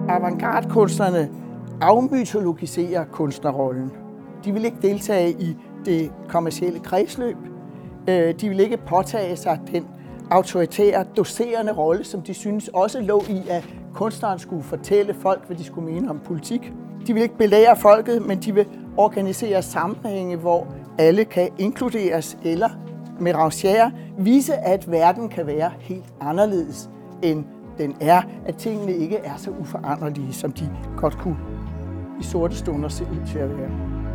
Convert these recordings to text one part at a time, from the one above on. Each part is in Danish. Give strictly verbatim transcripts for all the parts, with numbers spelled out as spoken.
Avantgarde-kunstnerne afmytologiserer kunstnerrollen. De vil ikke deltage i det kommercielle kredsløb. De vil ikke påtage sig den autoritære, doserende rolle, som de synes også lå i, at kunstneren skulle fortælle folk, hvad de skulle mene om politik. De vil ikke belære folket, men de vil organisere sammenhænge, hvor alle kan inkluderes, eller med Rancière vise, at verden kan være helt anderledes, end den er, at tingene ikke er så uforanderlige, som de godt kunne i sorte stunder se ud til at være.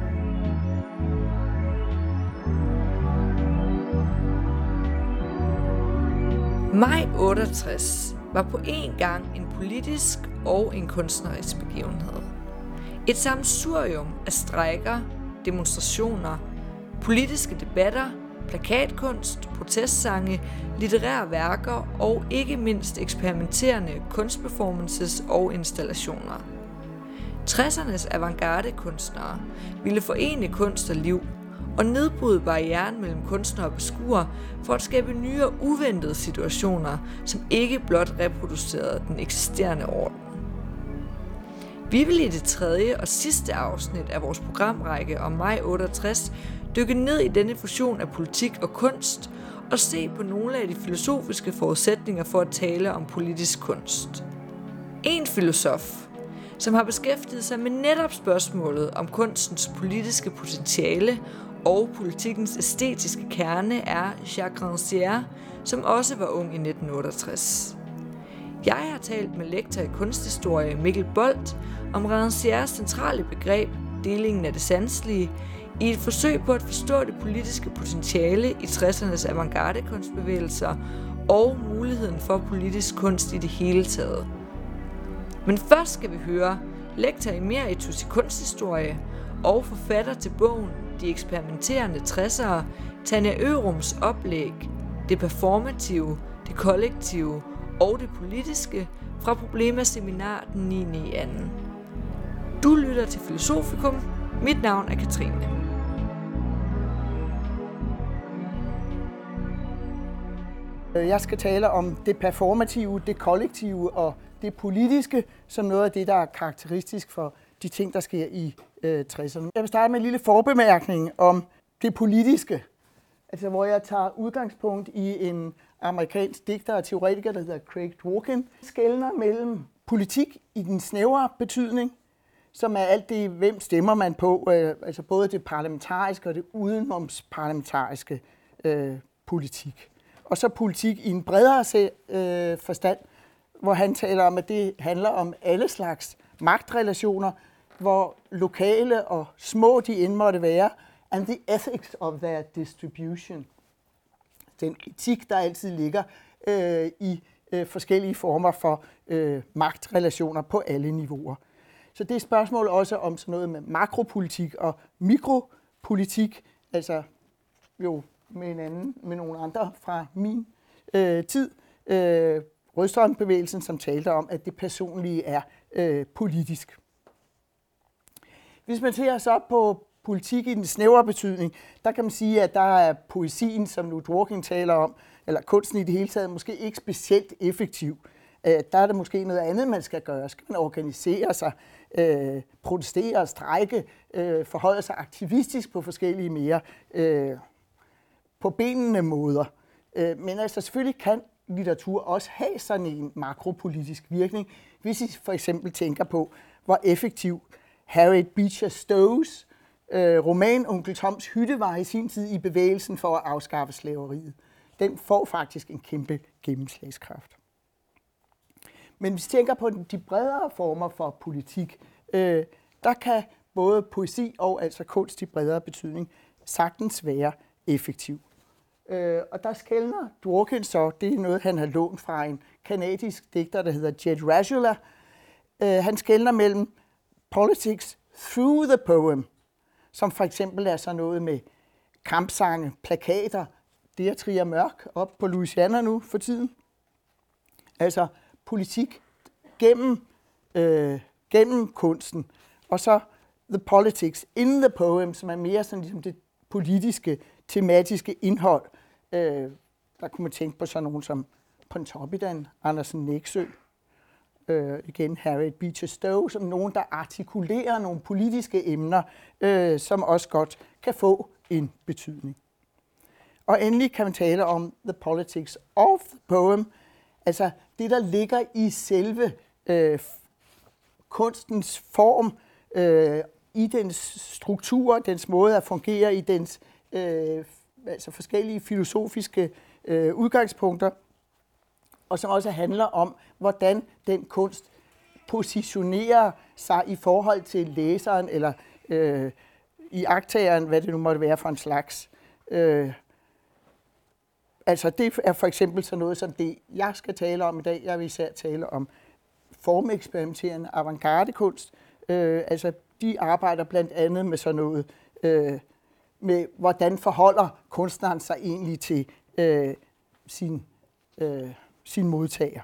Maj otteogtres var på én gang en politisk og en kunstnerisk begivenhed. Et sammensurium af strejker, demonstrationer, politiske debatter, plakatkunst, protestsange, litterære værker og ikke mindst eksperimenterende kunstperformances og installationer. tressernes avantgarde-kunstnere ville forene kunst og liv og nedbryde barrieren mellem kunstner og beskuer for at skabe nye og uventede situationer, som ikke blot reproducerede den eksisterende orden. Vi vil i det tredje og sidste afsnit af vores programrække om Maj otteogtres dykke ned i denne fusion af politik og kunst og se på nogle af de filosofiske forudsætninger for at tale om politisk kunst. En filosof, som har beskæftiget sig med netop spørgsmålet om kunstens politiske potentiale og politikkens æstetiske kerne, er Jacques Rancière, som også var ung i nitten otteogtres. Jeg har talt med lektor i kunsthistorie Mikkel Bolt om Rancières centrale begreb, delingen af det sanselige, i et forsøg på at forstå det politiske potentiale i tressernes avantgarde-kunstbevægelser og muligheden for politisk kunst i det hele taget. Men først skal vi høre lektor emeritus i kunsthistorie og forfatter til bogen De eksperimenterende tressere, Tanja Ørums oplæg, det performative, det kollektive og det politiske fra Problema Seminar den niende i anden. Du lytter til Filosofikum. Mit navn er Katrine. Jeg skal tale om det performative, det kollektive og det politiske, som noget af det, der er karakteristisk for de ting, der sker i øh, tresserne. Jeg vil starte med en lille forbemærkning om det politiske, altså hvor jeg tager udgangspunkt i en amerikansk digter og teoretiker, der hedder Craig Dworkin, skelner mellem politik i den snævre betydning, som er alt det, hvem stemmer man på, øh, altså både det parlamentariske og det udenomsparlamentariske øh, politik. Og så politik i en bredere øh, forstand, hvor han taler om, at det handler om alle slags magtrelationer, hvor lokale og små de end måtte være, and the ethics of their distribution. Den etik, der altid ligger øh, i øh, forskellige former for øh, magtrelationer på alle niveauer. Så det er spørgsmål også om sådan noget med makropolitik og mikropolitik, altså jo med en anden, med nogle andre fra min øh, tid. Øh, Rødstrømbevægelsen, som talte om, at det personlige er øh, politisk. Hvis man ser så på politik i den snævre betydning, der kan man sige, at der er poesien, som nu Dworkin taler om, eller kunsten i det hele taget, måske ikke specielt effektiv. Øh, der er det måske noget andet, man skal gøre. Skal man organisere sig, øh, protestere, strejke, øh, forholde sig aktivistisk på forskellige mere øh, på benene måder. Øh, men altså selvfølgelig kan litteratur også have sådan en makropolitisk virkning, hvis I for eksempel tænker på, hvor effektiv Harriet Beecher Stowes øh, roman Onkel Toms Hytte var i sin tid i bevægelsen for at afskaffe slaveriet. Den får faktisk en kæmpe gennemslagskraft. Men hvis I tænker på de bredere former for politik, øh, der kan både poesi og altså kunst i bredere betydning sagtens være effektiv. Øh, og der skelner Dworkin så, det er noget, han har lånt fra en kanadisk digter, der hedder Jed Rajula. Øh, han skelner mellem politics through the poem, som for eksempel er sådan noget med kampsange, plakater, det er Trier Mørk op på Louisiana nu for tiden. Altså politik gennem, øh, gennem kunsten, og så the politics in the poem, som er mere sådan ligesom det politiske, tematiske indhold. Øh, der kunne man tænke på sådan nogen som Pontoppidan, Andersen Nexø, øh, igen Harriet Beecher Stowe, som nogen, der artikulerer nogle politiske emner, øh, som også godt kan få en betydning. Og endelig kan man tale om the politics of the poem, altså det, der ligger i selve øh, kunstens form, øh, i dens struktur, dens måde at fungere, i dens øh, altså forskellige filosofiske øh, udgangspunkter, og som også handler om, hvordan den kunst positionerer sig i forhold til læseren, eller øh, i agtageren, hvad det nu måtte være for en slags. Øh, altså det er for eksempel sådan noget som det, jeg skal tale om i dag. Jeg vil især tale om formeksperimenterende avantgarde-kunst. Øh, altså de arbejder blandt andet med sådan noget, øh, med hvordan forholder kunstneren sig egentlig til øh, sin, øh, sin modtager.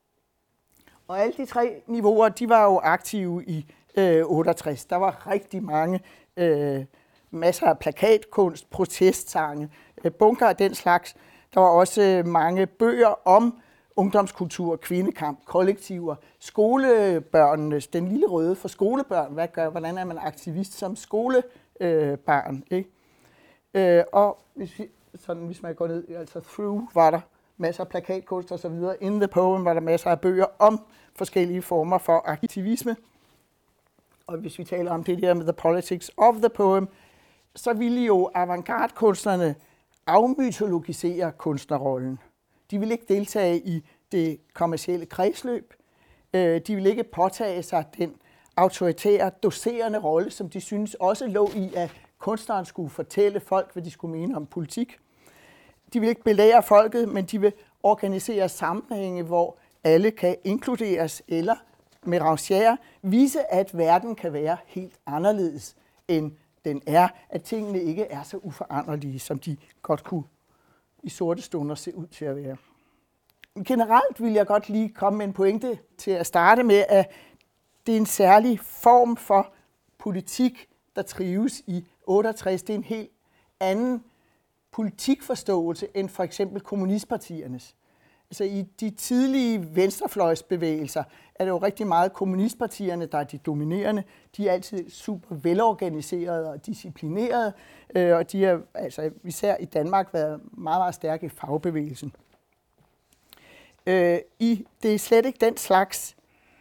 Og alle de tre niveauer, de var jo aktive i øh, otteogtres. Der var rigtig mange, øh, masser af plakatkunst, protestsange, øh, bunker af den slags. Der var også mange bøger om ungdomskultur, kvindekamp, kollektiver, skolebørnenes, den lille røde for skolebørn. Hvad gør, hvordan er man aktivist som skolebarn? Øh, ikke? Øh, og hvis, vi, sådan, hvis man går ned, altså through, var der masser af plakatkunst og så videre. In the poem var der masser af bøger om forskellige former for aktivisme. Og hvis vi taler om det der med the politics of the poem, så ville jo avantgarde-kunstnerne afmytologisere kunstnerrollen. De ville ikke deltage i det kommercielle kredsløb. De ville ikke påtage sig den autoritære, doserende rolle, som de synes også lå i, at kunstneren skulle fortælle folk, hvad de skulle mene om politik. De vil ikke belære folket, men de vil organisere sammenhænge, hvor alle kan inkluderes, eller med Rancière vise, at verden kan være helt anderledes, end den er, at tingene ikke er så uforanderlige, som de godt kunne i sorte stunder se ud til at være. Generelt vil jeg godt lige komme med en pointe til at starte med, at det er en særlig form for politik, der trives i otteogtres. Det er en helt anden politikforståelse end for eksempel kommunistpartiernes. Altså i de tidlige venstrefløjsbevægelser er det jo rigtig meget kommunistpartierne, der er de dominerende. De er altid super velorganiserede og disciplinerede, og de har altså især i Danmark været meget, meget stærke i fagbevægelsen. I, det er slet ikke den slags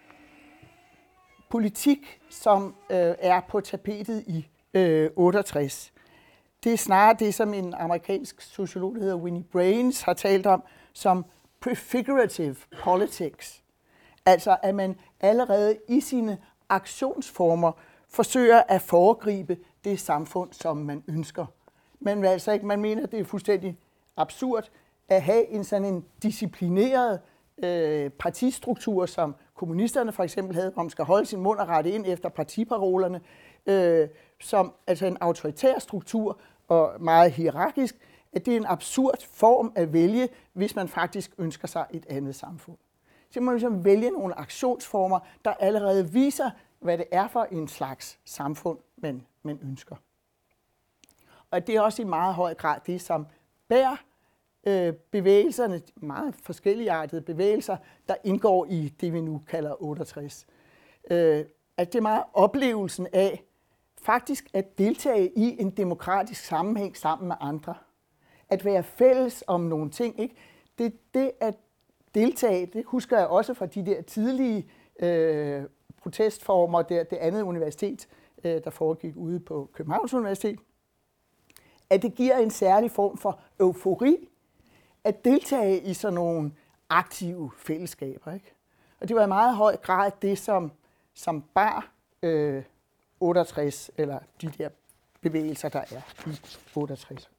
politik, som er på tapetet i otteogtres. Det er snarere det, som en amerikansk sociolog, der hedder Winnie Brains, har talt om som prefigurative politics. Altså at man allerede i sine aktionsformer forsøger at foregribe det samfund, som man ønsker. Man, altså ikke, man mener, at det er fuldstændig absurd at have en sådan en disciplineret øh, partistruktur, som kommunisterne for eksempel havde, hvor man skal holde sin mund og rette ind efter partiparolerne, øh, som altså en autoritær struktur og meget hierarkisk, at det er en absurd form at vælge, hvis man faktisk ønsker sig et andet samfund. Så man må ligesom vælge nogle aktionsformer, der allerede viser, hvad det er for en slags samfund, man, man ønsker. Og det er også i meget høj grad det, som bærer øh, bevægelserne, meget forskelligartede bevægelser, der indgår i det, vi nu kalder otteogtres. Øh, at det er meget oplevelsen af faktisk at deltage i en demokratisk sammenhæng sammen med andre. At være fælles om nogle ting, ikke? Det, det at deltage, det husker jeg også fra de der tidlige øh, protestformer, der, det andet universitet, øh, der foregik ude på Københavns Universitet, at det giver en særlig form for eufori at deltage i sådan nogle aktive fællesskaber, ikke? Og det var i meget høj grad det, som, som bar øh, otteogtres, eller de der bevægelser, der er i otteogtres.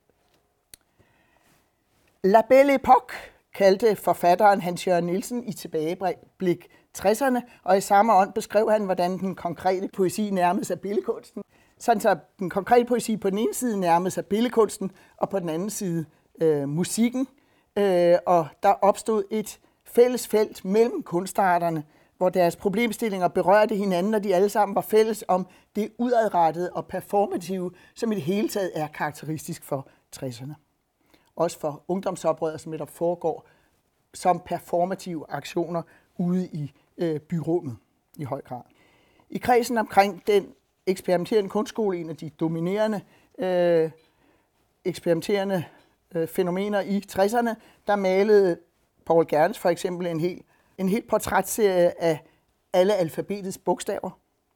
La Belle Époque kaldte forfatteren Hans Jørgen Nielsen i tilbageblik tresserne, og i samme ånd beskrev han, hvordan den konkrete poesi nærmede sig billedkunsten. Sådan så den konkrete poesi på den ene side nærmede sig billedkunsten, og på den anden side øh, musikken. Øh, og der opstod et fælles felt mellem kunstarterne, hvor deres problemstillinger berørte hinanden, og de alle sammen var fælles om det udadrettede og performative, som i det hele taget er karakteristisk for tresserne. Også for ungdomsoprøret, som der foregår som performative aktioner ude i øh, byrummet i høj grad. I kredsen omkring den eksperimenterende kunstskole, en af de dominerende øh, eksperimenterende øh, fænomener i tresserne, der malede Poul Gernes for eksempel en hel, en hel portrætserie af alle alfabetets bogstaver.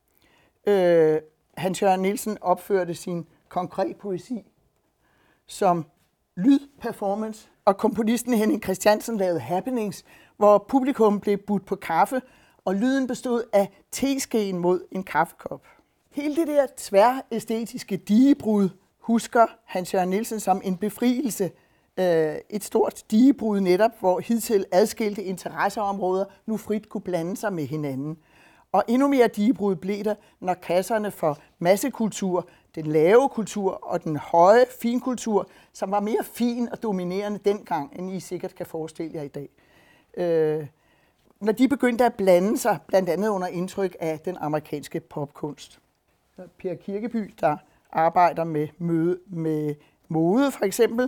Øh, Hans Jørgen Nielsen opførte sin konkret poesi som lydperformance, og komponisten Henning Christiansen lavede happenings, hvor publikum blev budt på kaffe, og lyden bestod af teskeen mod en kaffekop. Hele det der tværæstetiske digebrud husker Hans Jørgen Nielsen som en befrielse. Et stort digebrud netop, hvor hidtil adskilte interesseområder nu frit kunne blande sig med hinanden. Og endnu mere digebrud blev der, når kasserne for massekultur, den lave kultur og den høje finkultur, som var mere fin og dominerende dengang, end I sikkert kan forestille jer i dag. Øh, når de begyndte at blande sig, blandt andet under indtryk af den amerikanske popkunst. Per Kirkeby, der arbejder med, møde, med mode for eksempel,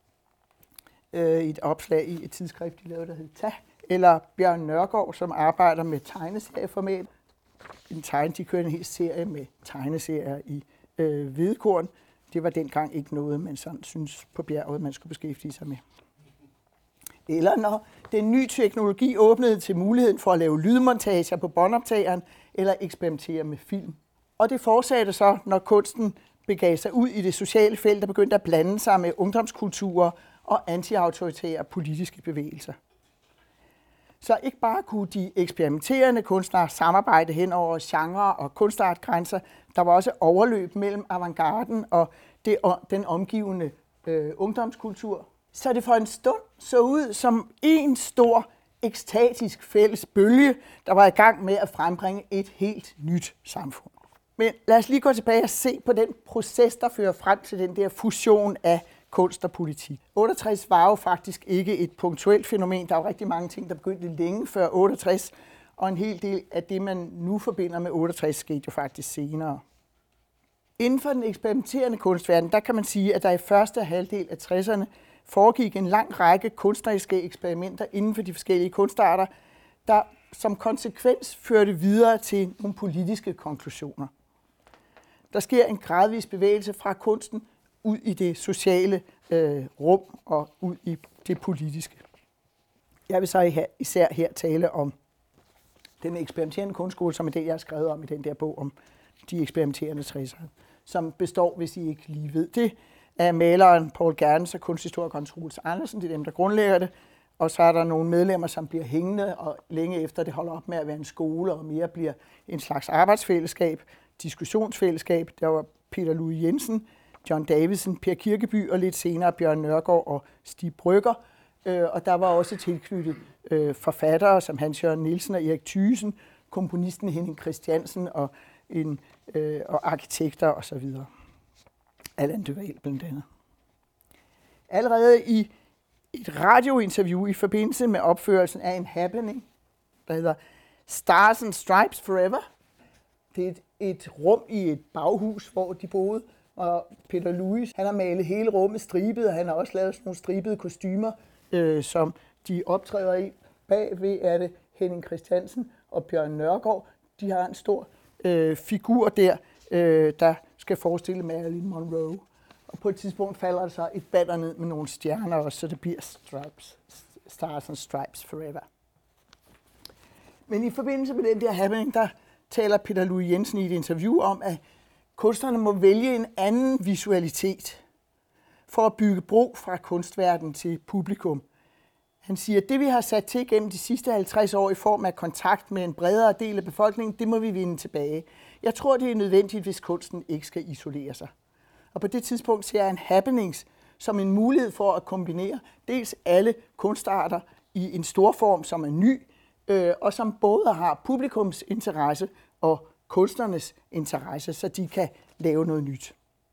øh, i et opslag i et tidsskrift, de lavede, der hed Tag, eller Bjørn Nørgaard, som arbejder med tegneserieformat. En tegne, de kørte en hel serie med tegneserier i øh, hvedekorn. Det var dengang ikke noget, man sådan synes på bjerget, man skulle beskæftige sig med. Eller når den nye teknologi åbnede til muligheden for at lave lydmontager på båndoptageren eller eksperimentere med film. Og det fortsatte så, når kunsten begav sig ud i det sociale felt, der begyndte at blande sig med ungdomskulturer og anti-autoritære politiske bevægelser. Så ikke bare kunne de eksperimenterende kunstnere samarbejde hen over genre og kunstartgrænser, der var også overløb mellem avantgarden og det, den omgivende øh, ungdomskultur. Så det for en stund så ud som en stor ekstatisk fælles bølge, der var i gang med at frembringe et helt nyt samfund. Men lad os lige gå tilbage og se på den proces, der fører frem til den der fusion af kunst og politik. otteogtres var jo faktisk ikke et punktuelt fænomen. Der er jo rigtig mange ting, der begyndte længe før otteogtres, og en hel del af det, man nu forbinder med otteogtres, skete jo faktisk senere. Inden for den eksperimenterende kunstverden, der kan man sige, at der i første halvdel af tresserne foregik en lang række kunstneriske eksperimenter inden for de forskellige kunstarter, der som konsekvens førte videre til nogle politiske konklusioner. Der sker en gradvis bevægelse fra kunsten ud i det sociale øh, rum og ud i det politiske. Jeg vil så her, især her tale om den eksperimenterende kunstskole, som er det, jeg har skrevet om i den der bog om de eksperimenterende tressere, som består, hvis I ikke lige ved det, af maleren Poul Gernes og kunsthistorikeren Troels Andersen, det er dem, der grundlægger det, og så er der nogle medlemmer, som bliver hængende, og længe efter det holder op med at være en skole, og mere bliver en slags arbejdsfællesskab, diskussionsfællesskab. Der var Peter Louis Jensen, John Davidsen, Per Kirkeby og lidt senere Bjørn Nørgaard og Stig Brøgger. Og der var også tilknyttet forfattere som Hans Jørgen Nielsen og Erik Thyssen, komponisten Henning Christiansen og, en, og arkitekter osv. Allan Duvall blandt andet. Allerede i et radiointerview i forbindelse med opførelsen af en happening, der hedder Stars and Stripes Forever. Det er et, et rum i et baghus, hvor de boede, og Peter Louis, han har malet hele rummet stribet, og han har også lavet sådan nogle stribede kostymer, øh, som de optræder i. Bagved er det Henning Christiansen og Bjørn Nørgaard. De har en stor øh, figur der, øh, der skal forestille Marilyn Monroe. Og på et tidspunkt falder der så et banner ned med nogle stjerner også, så det bliver stripes, Stars and Stripes Forever. Men i forbindelse med den der happening, der taler Peter Louis Jensen i et interview om, at kunstnerne må vælge en anden visualitet for at bygge bro fra kunstverdenen til publikum. Han siger, at det vi har sat til gennem de sidste halvtreds år i form af kontakt med en bredere del af befolkningen, det må vi vinde tilbage. Jeg tror, det er nødvendigt, hvis kunsten ikke skal isolere sig. Og på det tidspunkt ser jeg en happenings som en mulighed for at kombinere dels alle kunstarter i en stor form, som er ny, øh, og som både har publikums interesse og kunstnernes interesse, så de kan lave noget nyt.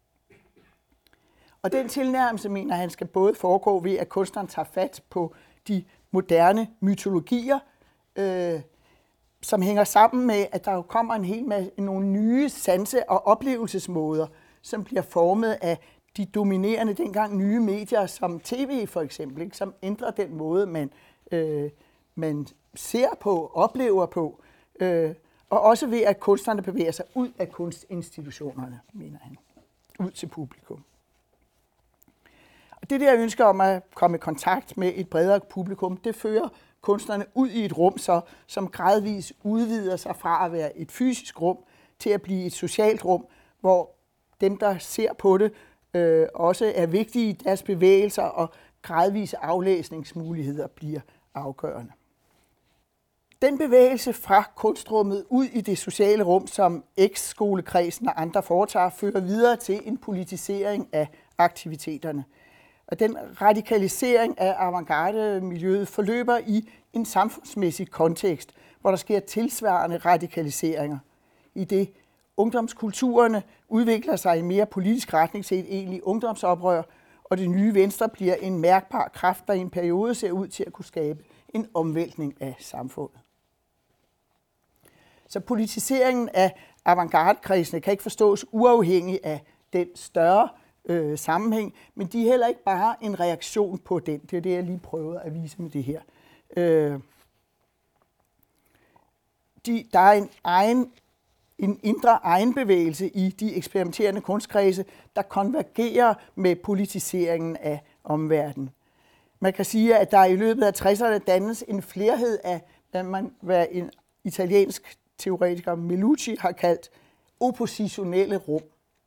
Og den tilnærmelse, mener han, skal både foregå ved, at kunstneren tager fat på de moderne mytologier, øh, som hænger sammen med, at der jo kommer en hel masse nogle nye sanse- og oplevelsesmåder, som bliver formet af de dominerende dengang nye medier, som tv for eksempel, ikke, som ændrer den måde, man, øh, man ser på, oplever på, øh, og også ved, at kunstnerne bevæger sig ud af kunstinstitutionerne, mener han, ud til publikum. Og det der ønsker om at komme i kontakt med et bredere publikum, det fører kunstnerne ud i et rum, så, som gradvist udvider sig fra at være et fysisk rum til at blive et socialt rum, hvor dem, der ser på det, øh, også er vigtige i deres bevægelser, og gradvise aflæsningsmuligheder bliver afgørende. Den bevægelse fra kunstrummet ud i det sociale rum, som eks-skolekredsen og andre foretager, fører videre til en politisering af aktiviteterne. Og den radikalisering af avantgarde-miljøet forløber i en samfundsmæssig kontekst, hvor der sker tilsvarende radikaliseringer. I det ungdomskulturerne udvikler sig i mere politisk retning til et egentligt ungdomsoprør, og det nye Venstre bliver en mærkbar kraft, der i en periode ser ud til at kunne skabe en omvæltning af samfundet. Så politiseringen af avantgarde-kredsene kan ikke forstås uafhængig af den større øh, sammenhæng, men de er heller ikke bare en reaktion på den. Det er det, jeg lige prøvede at vise med det her. Øh, de, der er en, egen, en indre egenbevægelse i de eksperimenterende kunstkredse, der konvergerer med politiseringen af omverdenen. Man kan sige, at der i løbet af tresserne dannes en flerhed af, hvad, man, hvad en italiensk teoretiker Melucci har kaldt oppositionelle rum.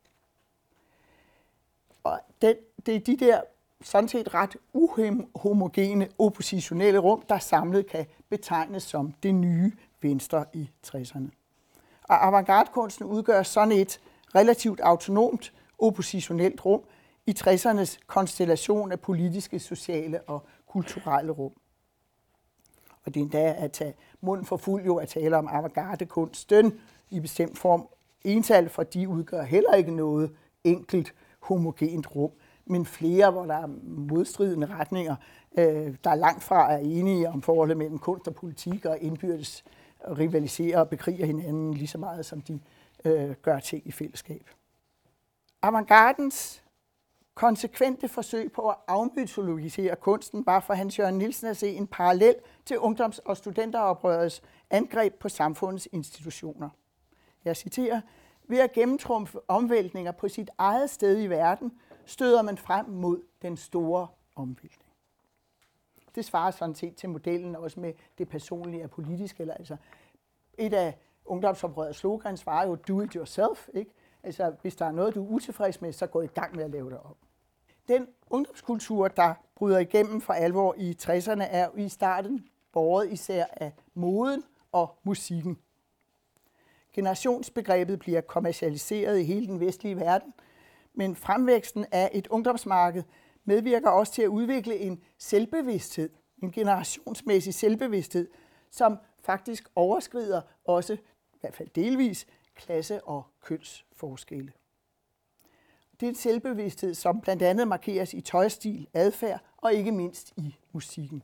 Og det, det er de der sådan set ret uhomogene oppositionelle rum, der samlet kan betegnes som det nye Venstre i tresserne. Og avantgarde-kunsten udgør sådan et relativt autonomt oppositionelt rum i tressernes konstellation af politiske, sociale og kulturelle rum. Og det er endda at tage munden for fuld jo at tale om avantgarde-kunsten i bestemt form ental, for de udgør heller ikke noget enkelt homogent rum, men flere, hvor der er modstridende retninger, øh, der langt fra er enige om forholdet mellem kunst og politik og indbyrdes rivaliserer og bekriger hinanden lige så meget, som de øh, gør ting i fællesskab. Avantgardens konsekvente forsøg på at afmytologisere kunsten var for Hans Jørgen Nielsen at se en parallel til ungdoms- og studenteroprørets angreb på samfundets institutioner. Jeg citerer: ved at gennemtrumfe omvæltninger på sit eget sted i verden, støder man frem mod den store omvæltning. Det svarer sådan set til modellen også med det personlige og politiske. Eller altså et af ungdomsoprørets slogans var jo do it yourself. Ikke? Altså hvis der er noget, du er utilfreds med, så gå i gang med at lave det op. Den ungdomskultur, der bryder igennem for alvor i tresserne, er i starten båret især af moden og musikken. Generationsbegrebet bliver kommercialiseret i hele den vestlige verden, men fremvæksten af et ungdomsmarked medvirker også til at udvikle en selvbevidsthed, en generationsmæssig selvbevidsthed, som faktisk overskrider også, i hvert fald delvis, klasse- og kønsforskelle. Det er en selvbevidsthed, som blandt andet markeres i tøjstil, adfærd og ikke mindst i musikken.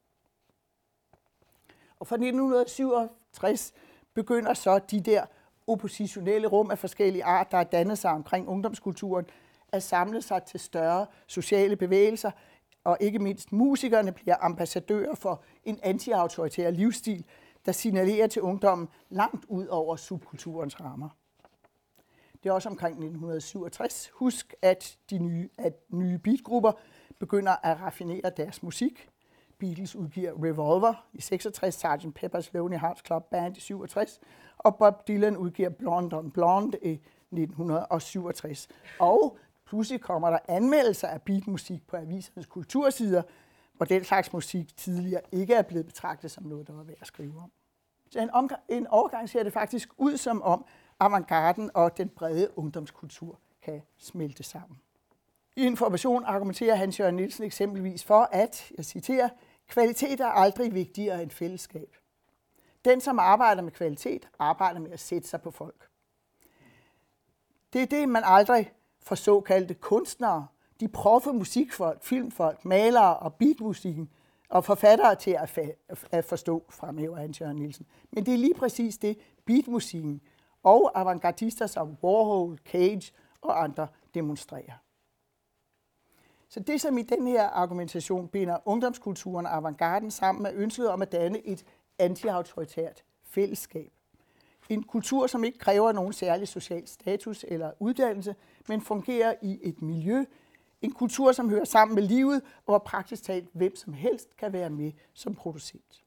Og fra nitten syvogtres begynder så de der oppositionelle rum af forskellige art, der er dannet sig omkring ungdomskulturen, at samle sig til større sociale bevægelser, og ikke mindst musikerne bliver ambassadører for en anti-autoritær livsstil, der signalerer til ungdommen langt ud over subkulturens rammer. Det er også omkring nitten syvogtres. Husk, at de nye, at nye beatgrupper begynder at raffinere deres musik. Beatles udgiver Revolver i seksogtres, sergeant Pepper's Lonely Hearts Club Band i syvogtres, og Bob Dylan udgiver Blonde on Blonde i nitten syvogtres. Og pludselig kommer der anmeldelser af beatmusik på avisernes kultursider, hvor den slags musik tidligere ikke er blevet betragtet som noget, der var værd at skrive om. Så en, omgang, en overgang ser det faktisk ud som om avantgarden og den brede ungdomskultur kan smelte sammen. I Information argumenterer Hans Jørgen Nielsen eksempelvis for, at, jeg citerer, kvalitet er aldrig vigtigere end fællesskab. Den, som arbejder med kvalitet, arbejder med at sætte sig på folk. Det er det, man aldrig for såkaldte kunstnere, de proffe musikfolk, filmfolk, malere og beatmusikken og forfattere til at, fa- at forstå, fremhæver Hans Jørgen Nielsen. Men det er lige præcis det, beatmusikken og avantgardister som Warhol, Cage og andre demonstrerer. Så det, som i den her argumentation binder ungdomskulturen og avantgarden sammen, er ønsket om at danne et anti-autoritært fællesskab. En kultur, som ikke kræver nogen særlig social status eller uddannelse, men fungerer i et miljø. En kultur, som hører sammen med livet, og hvor praktisk talt hvem som helst kan være med som producent.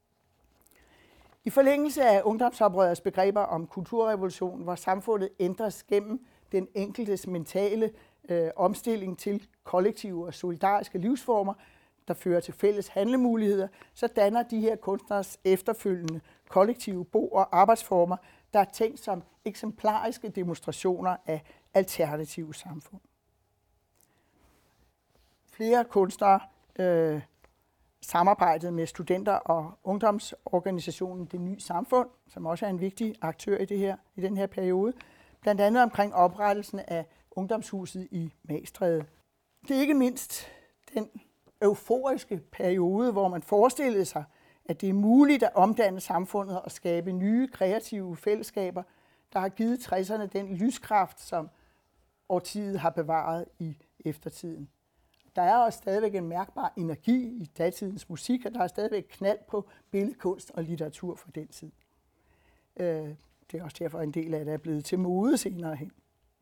I forlængelse af ungdomsoprørets begreber om kulturrevolution, hvor samfundet ændres gennem den enkeltes mentale øh, omstilling til kollektive og solidariske livsformer, der fører til fælles handlemuligheder, så danner de her kunstners efterfølgende kollektive bo- og arbejdsformer, der er tænkt som eksemplariske demonstrationer af alternative samfund. Flere kunstnere øh, samarbejdede med studenter og ungdomsorganisationen Det Nye Samfund, som også er en vigtig aktør i, det her, i den her periode, blandt andet omkring oprettelsen af ungdomshuset i Magstræde. Det er ikke mindst den euforiske periode, hvor man forestillede sig, at det er muligt at omdanne samfundet og skabe nye kreative fællesskaber, der har givet tresserne den lyskraft, som årtiet har bevaret i eftertiden. Der er også stadigvæk en mærkbar energi i datidens musik, og der er stadigvæk knald på billedkunst og litteratur fra den tid. Det er også derfor, en del af det er blevet til mode senere hen.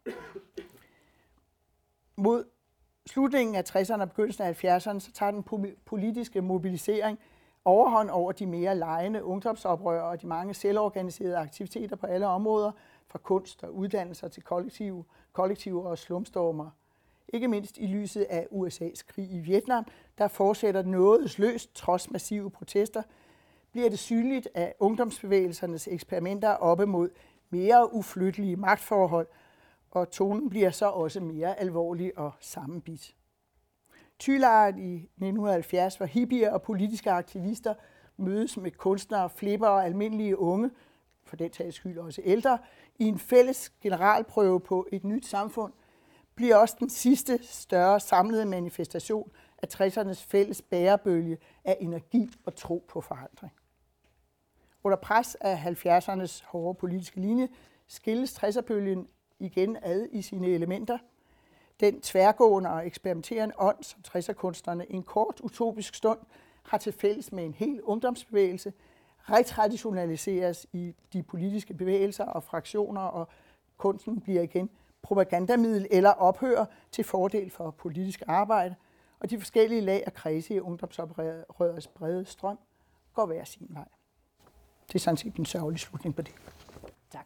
Mod slutningen af tresserne og begyndelsen af halvfjerdserne, så tager den politiske mobilisering overhånd over de mere legende ungdomsoprør og de mange selvorganiserede aktiviteter på alle områder, fra kunst og uddannelser til kollektive, kollektive og slumstormer. Ikke mindst i lyset af U S A's krig i Vietnam, der fortsætter nådesløst trods massive protester, bliver det synligt, at ungdomsbevægelsernes eksperimenter er oppe mod mere uflyttelige magtforhold, og tonen bliver så også mere alvorlig og sammenbidt. Thylejren i nitten halvfjerds, hvor hippier og politiske aktivister mødes med kunstnere, flippere og almindelige unge, for den tages skyld også ældre, i en fælles generalprøve på et nyt samfund, bliver også den sidste større samlede manifestation af tressernes fælles bærebølge af energi og tro på forandring. Under pres af halvfjerdsernes hårde politiske linje skilles tresserbølgen igen ad i sine elementer. Den tværgående og eksperimenterende ånd, som tresserkunstnerne i en kort utopisk stund har til fælles med en hel ungdomsbevægelse, retraditionaliseres i de politiske bevægelser og fraktioner, og kunsten bliver igen propagandamiddel eller ophører til fordel for politisk arbejde, og de forskellige lag og kredse i ungdomsoprørets brede strøm går hver sin vej. Det er sådan set en sørgelig slutning på det. Tak.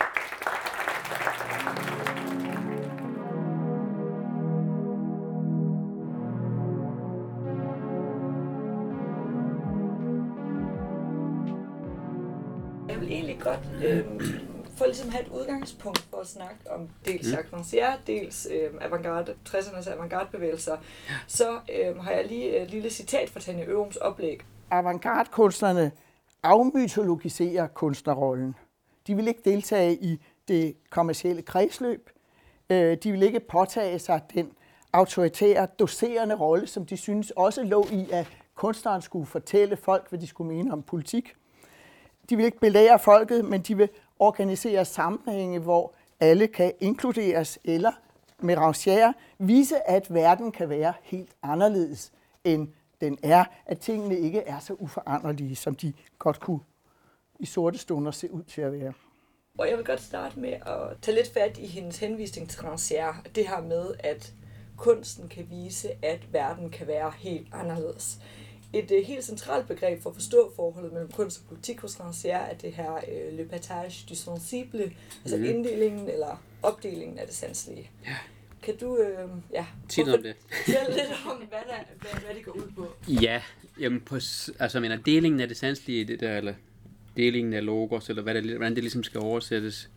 Jeg vil egentlig godt øh, få ligesom have et udgangspunkt for at snakke om dels Jacques Rancière, dels øh, avantgarde, tressernes avantgardebevægelser. Så øh, har jeg lige et lille citat fra Tanja Øvrums oplæg. Avantgarde-kunstnerne afmytologiserer kunstnerrollen. De vil ikke deltage i det kommercielle kredsløb. De vil ikke påtage sig den autoritære, doserende rolle, som de synes også lå i, at kunstneren skulle fortælle folk, hvad de skulle mene om politik. De vil ikke belære folket, men de vil organisere sammenhænge, hvor alle kan inkluderes, eller med Rancière vise, at verden kan være helt anderledes, end den er, at tingene ikke er så uforanderlige, som de godt kunne i sorte stunder se ud til at være. Og jeg vil godt starte med at tage lidt fat i hendes henvisning til Rancière. Det her med, at kunsten kan vise, at verden kan være helt anderledes. Et uh, helt centralt begreb for at forstå forholdet mellem kunst og politik hos Rancière er det her uh, le partage du sensible, mm. altså inddelingen eller opdelingen af det sanselige. Ja. Kan du øh, ja, sige noget om det? Fortælle lidt om, hvad, der, hvad, hvad det går ud på? Ja, jamen på, altså jeg mener, delingen af det sanselige, det der, eller delingen af logos, eller hvad det, hvordan det ligesom skal oversættes,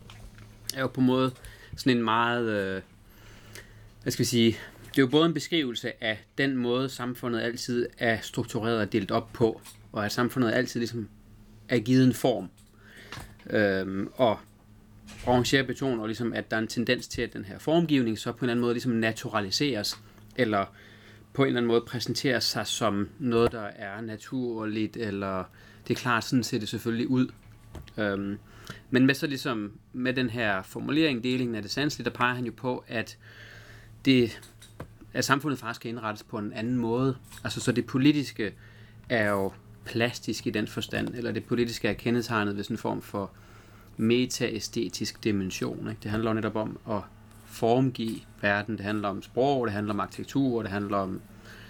er jo på en måde sådan en meget, øh, hvad skal vi sige, det er jo både en beskrivelse af den måde, samfundet altid er struktureret og delt op på, og at samfundet altid ligesom er givet en form. Øhm, og Rancière betoner ligesom, at der er en tendens til, at den her formgivning så på en eller anden måde ligesom naturaliseres, eller på en eller anden måde præsenteres sig som noget, der er naturligt, eller det er klart, sådan ser det selvfølgelig ud. Øhm, men med så ligesom, med den her formulering, delingen af det sanselige, der peger han jo på, at det at samfundet faktisk kan indrettes på en anden måde. Altså, så det politiske er jo plastisk i den forstand, eller det politiske er kendetegnet ved sådan en form for metaæstetisk dimension. Ikke? Det handler jo netop om at formgive verden, det handler om sprog, det handler om arkitektur, det handler om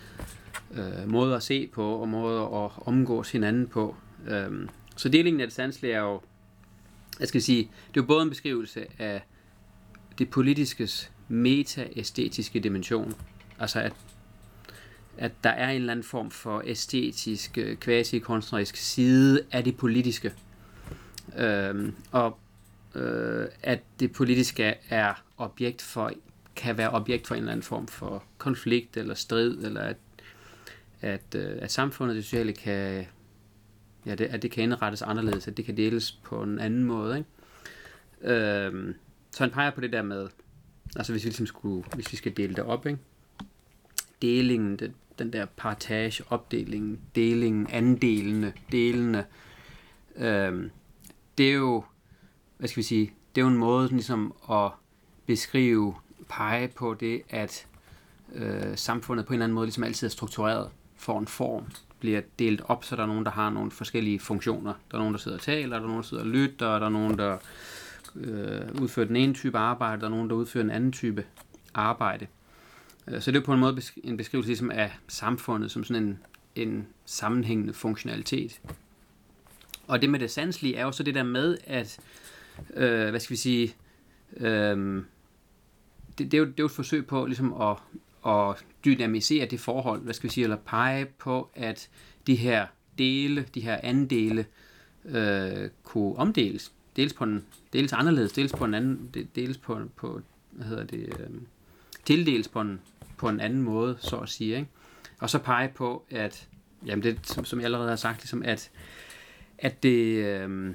øh, måder at se på, og måder at omgås hinanden på. Øhm, så delingen af det sanselige er jo, jeg skal sige, det er jo både en beskrivelse af det politiskes metaæstetiske dimension, altså at, at der er en eller anden form for æstetisk, kvasi-kunstnerisk side af det politiske, øhm, og øh, at det politiske er objekt for, kan være objekt for en eller anden form for konflikt eller strid, eller at, at, øh, at samfundet, det sociale, kan, ja, det, at det kan indrettes anderledes, at det kan deles på en anden måde, ikke? Øhm, så han peger på det der med, altså hvis vi, ligesom skulle, hvis vi skal dele det op, ikke? Delingen, det, den der partage, opdelingen, delingen, andelene, delene, øhm, det er jo, hvad skal vi sige, det er jo en måde ligesom at beskrive, pege på det, at øh, samfundet på en eller anden måde ligesom altid er struktureret for en form, bliver delt op, så der er nogen, der har nogle forskellige funktioner. Der er nogen, der sidder og taler, der er nogen, der sidder og lytter, der er nogen, der øh, udfører den ene type arbejde, der er nogen, der udfører en anden type arbejde. Så det er på en måde en beskrivelse ligesom af samfundet som sådan en, en sammenhængende funktionalitet. Og det med det sanselige er jo så det der med, at, øh, hvad skal vi sige, øh, det, det, er jo, det er jo et forsøg på ligesom at, at dynamisere det forhold, hvad skal vi sige, eller pege på, at de her dele, de her andele, øh, kunne omdeles. Dels på en, dels anderledes, dels på en anden, dels på, på hvad hedder det, øh, tildeles på en, på en anden måde, så at sige, ikke? Og så pege på, at, jamen det, som, som jeg allerede har sagt, ligesom at, at det, øh,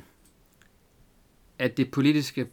at det politiske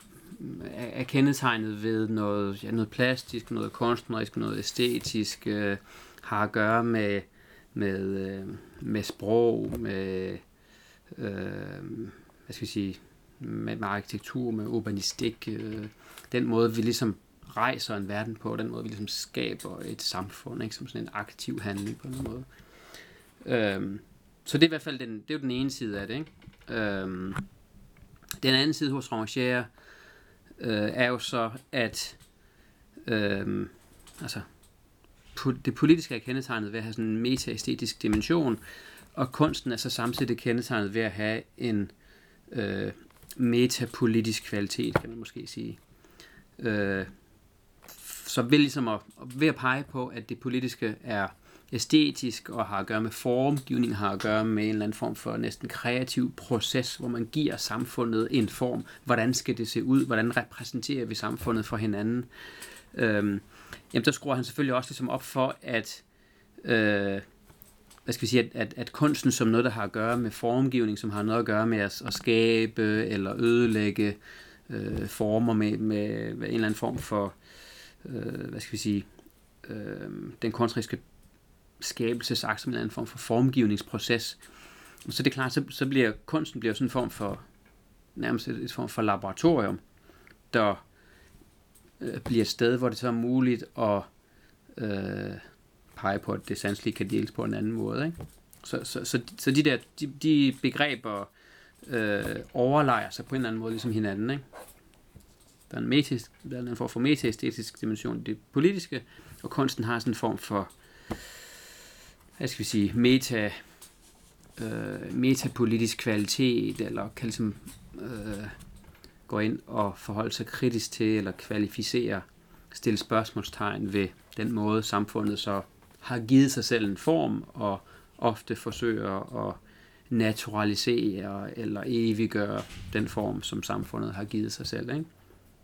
er kendetegnet ved noget, ja, noget plastisk, noget kunstnerisk, noget æstetisk, øh, har at gøre med, med, øh, med sprog, med, øh, hvad skal jeg sige, med, med arkitektur, med urbanistik, øh, den måde, vi ligesom rejser en verden på, den måde, vi ligesom skaber et samfund, ikke, som sådan en aktiv handling på en måde. Øhm, så det er i hvert fald den, det er jo den ene side af det, ikke? Øhm, den anden side hos Rancière øh, er jo så, at øh, altså, det politiske er kendetegnet ved at have sådan en metaæstetisk dimension, og kunsten er så samtidig kendetegnet ved at have en øh, metapolitisk kvalitet, kan man måske sige. Øh, så vil ligesom at, ved at pege på, at det politiske er æstetisk og har at gøre med formgivning, har at gøre med en eller anden form for næsten kreativ proces, hvor man giver samfundet en form. Hvordan skal det se ud? Hvordan repræsenterer vi samfundet for hinanden? Øhm, jamen, der skruer han selvfølgelig også ligesom op for, at, øh, hvad skal vi sige, at, at, at kunsten som noget, der har at gøre med formgivning, som har noget at gøre med at, at skabe eller ødelægge øh, former med, med, med en eller anden form for, øh, hvad skal vi sige, øh, den kunstneriske skabelsesakt som en eller anden form for formgivningsproces. Så det er klart, så, så bliver kunsten bliver sådan en form for, nærmest et, et form for laboratorium, der øh, bliver et sted, hvor det så er muligt at øh, pege på, at det sanselige kan deles på en anden måde, ikke? Så, så, så, så de der de, de begreber øh, overlejer sig på en eller anden måde ligesom hinanden, ikke? Der er en, metis, der er en form for metaæstetisk dimension i det politiske, og kunsten har sådan en form for, hvad skal vi sige, meta, øh, metapolitisk kvalitet, eller kan ligesom øh, gå ind og forholde sig kritisk til, eller kvalificere, stille spørgsmålstegn ved den måde, samfundet så har givet sig selv en form, og ofte forsøger at naturalisere, eller eviggøre den form, som samfundet har givet sig selv, ikke?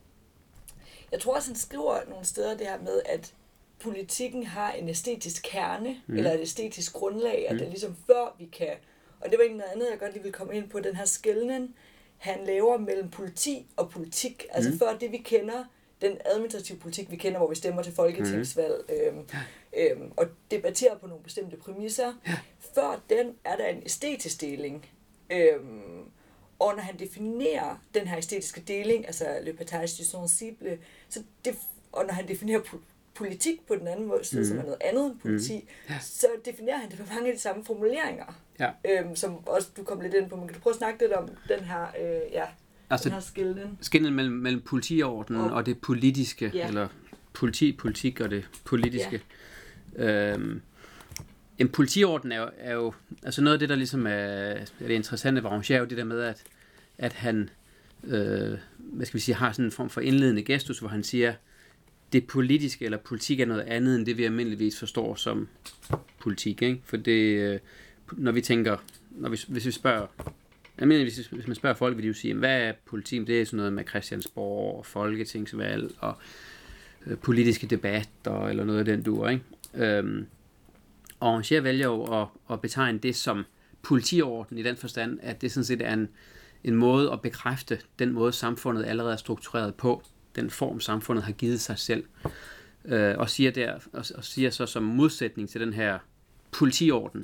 Jeg tror også, han skriver nogle steder det her med, at politikken har en æstetisk kerne, mm. eller et æstetisk grundlag, at mm. det er ligesom før vi kan, og det var noget andet, jeg godt lige vil komme ind på, den her skelnen, han laver mellem politi og politik, altså mm. før det vi kender, den administrative politik vi kender, hvor vi stemmer til folketingsvalg, mm. øhm, øhm, og debatterer på nogle bestemte præmisser, ja. Før den er der en æstetisk deling, øhm, og når han definerer den her æstetiske deling, altså le partage du sensible, så det, og når han definerer politik på den anden måde, mm. som er noget andet end politi, mm. ja. så definerer han det med mange af de samme formuleringer, ja. øhm, som også du kom lidt ind på. Men kan du prøve at snakke lidt om den her, øh, ja, altså, den her skillen? Skillen mellem, mellem politiordenen og, og det politiske, ja. eller politi, politik og det politiske. Ja. Øhm, en politiorden er jo, er jo, altså noget af det, der ligesom er, er det interessante ved Ranger, er jo det der med, at, at han, øh, hvad skal vi sige, har sådan en form for indledende gestus, hvor han siger, det politiske eller politik er noget andet, end det vi almindeligvis forstår som politik, ikke? For det, når vi tænker, når vi, hvis vi spørger, almindeligvis, hvis man spørger folk, vil de jo sige, hvad er politik? Det er sådan noget med Christiansborg og folketingsvalg og øh, politiske debatter eller noget af den dur, ikke? Øhm, og Ranger vælger jo at, at betegne det som politiorden i den forstand, at det sådan set er en, en måde at bekræfte den måde, samfundet allerede er struktureret på, den form, samfundet har givet sig selv, øh, og, siger der, og, og siger så som modsætning til den her politiorden,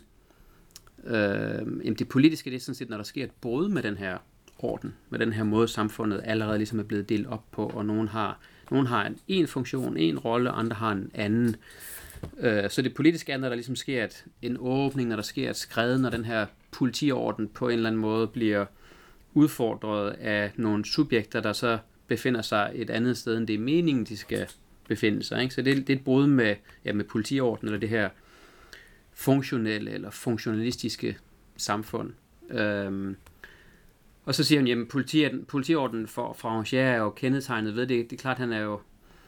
øh, det politiske, det er sådan set, når der sker et brud med den her orden, med den her måde, samfundet allerede ligesom er blevet delt op på, og nogen har, nogen har en, en funktion, en rolle, og andre har en anden. Øh, så det politiske er, når der ligesom sker et, en åbning, når der sker et skred, når den her politiorden på en eller anden måde bliver udfordret af nogle subjekter, der så befinder sig et andet sted, end det er meningen, de skal befinde sig. Ikke? Så det, det er et brud med, ja, med politiorden, eller det her funktionelle eller funktionalistiske samfund. Øhm, og så siger han, jamen politiorden, politiorden for, for Ranger er jo kendetegnet ved det. Det er klart, han er jo,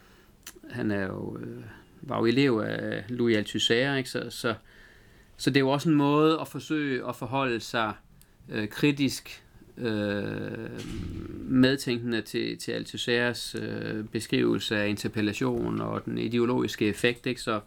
han er jo, øh, var jo elev af Louis Althusser, ikke? Så, så, så det er jo også en måde at forsøge at forholde sig øh, kritisk Øh, medtænkende til, til Althussers øh, beskrivelse af interpellation og den ideologiske effekt, ikke? Så,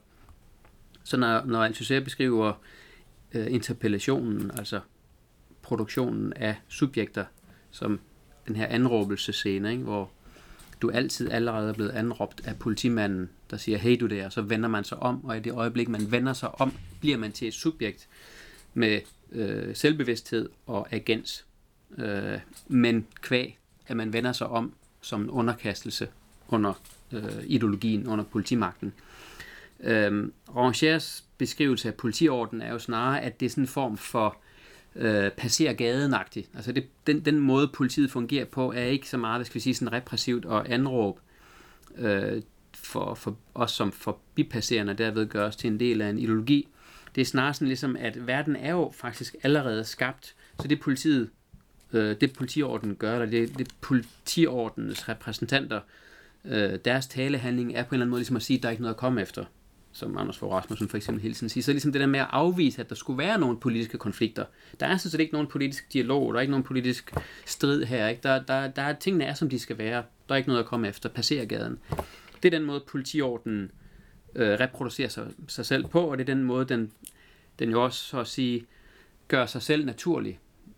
så når, når Althusser beskriver øh, interpellationen, altså produktionen af subjekter, som den her anråbelsescene, ikke? Hvor du altid allerede er blevet anråbt af politimanden, der siger, hey du der, så vender man sig om, og i det øjeblik, man vender sig om, bliver man til et subjekt med øh, selvbevidsthed og agens. Øh, men kvæg, at man vender sig om som en underkastelse under øh, ideologien, under politimagten. Øh, Rangers beskrivelse af politiorden er jo snarere, at det er sådan en form for øh, passer gaden-agtigt. Altså det, den, den måde, politiet fungerer på, er ikke så meget, hvad skal vi sige, sådan repressivt og anråb øh, for, for os som forbipasserende, derved gøres til en del af en ideologi. Det er snarere sådan ligesom, at verden er jo faktisk allerede skabt, så det politiet det politiorden gør, eller det, det politiordens repræsentanter, øh, deres talehandling er på en eller anden måde ligesom at sige, at der er ikke noget at komme efter, som Anders Fogh Rasmussen for eksempel hele tiden siger. Så ligesom det der med at afvise, at der skulle være nogle politiske konflikter. Der er sådan set ikke nogen politisk dialog, der er ikke nogen politisk strid her. Ikke? Der, der, der er, tingene er, som de skal være. Der er ikke noget at komme efter. Passer gaden. Det er den måde, politiorden øh, reproducerer sig, sig selv på, og det er den måde, den, den jo også, så at sige, gør sig selv naturlig.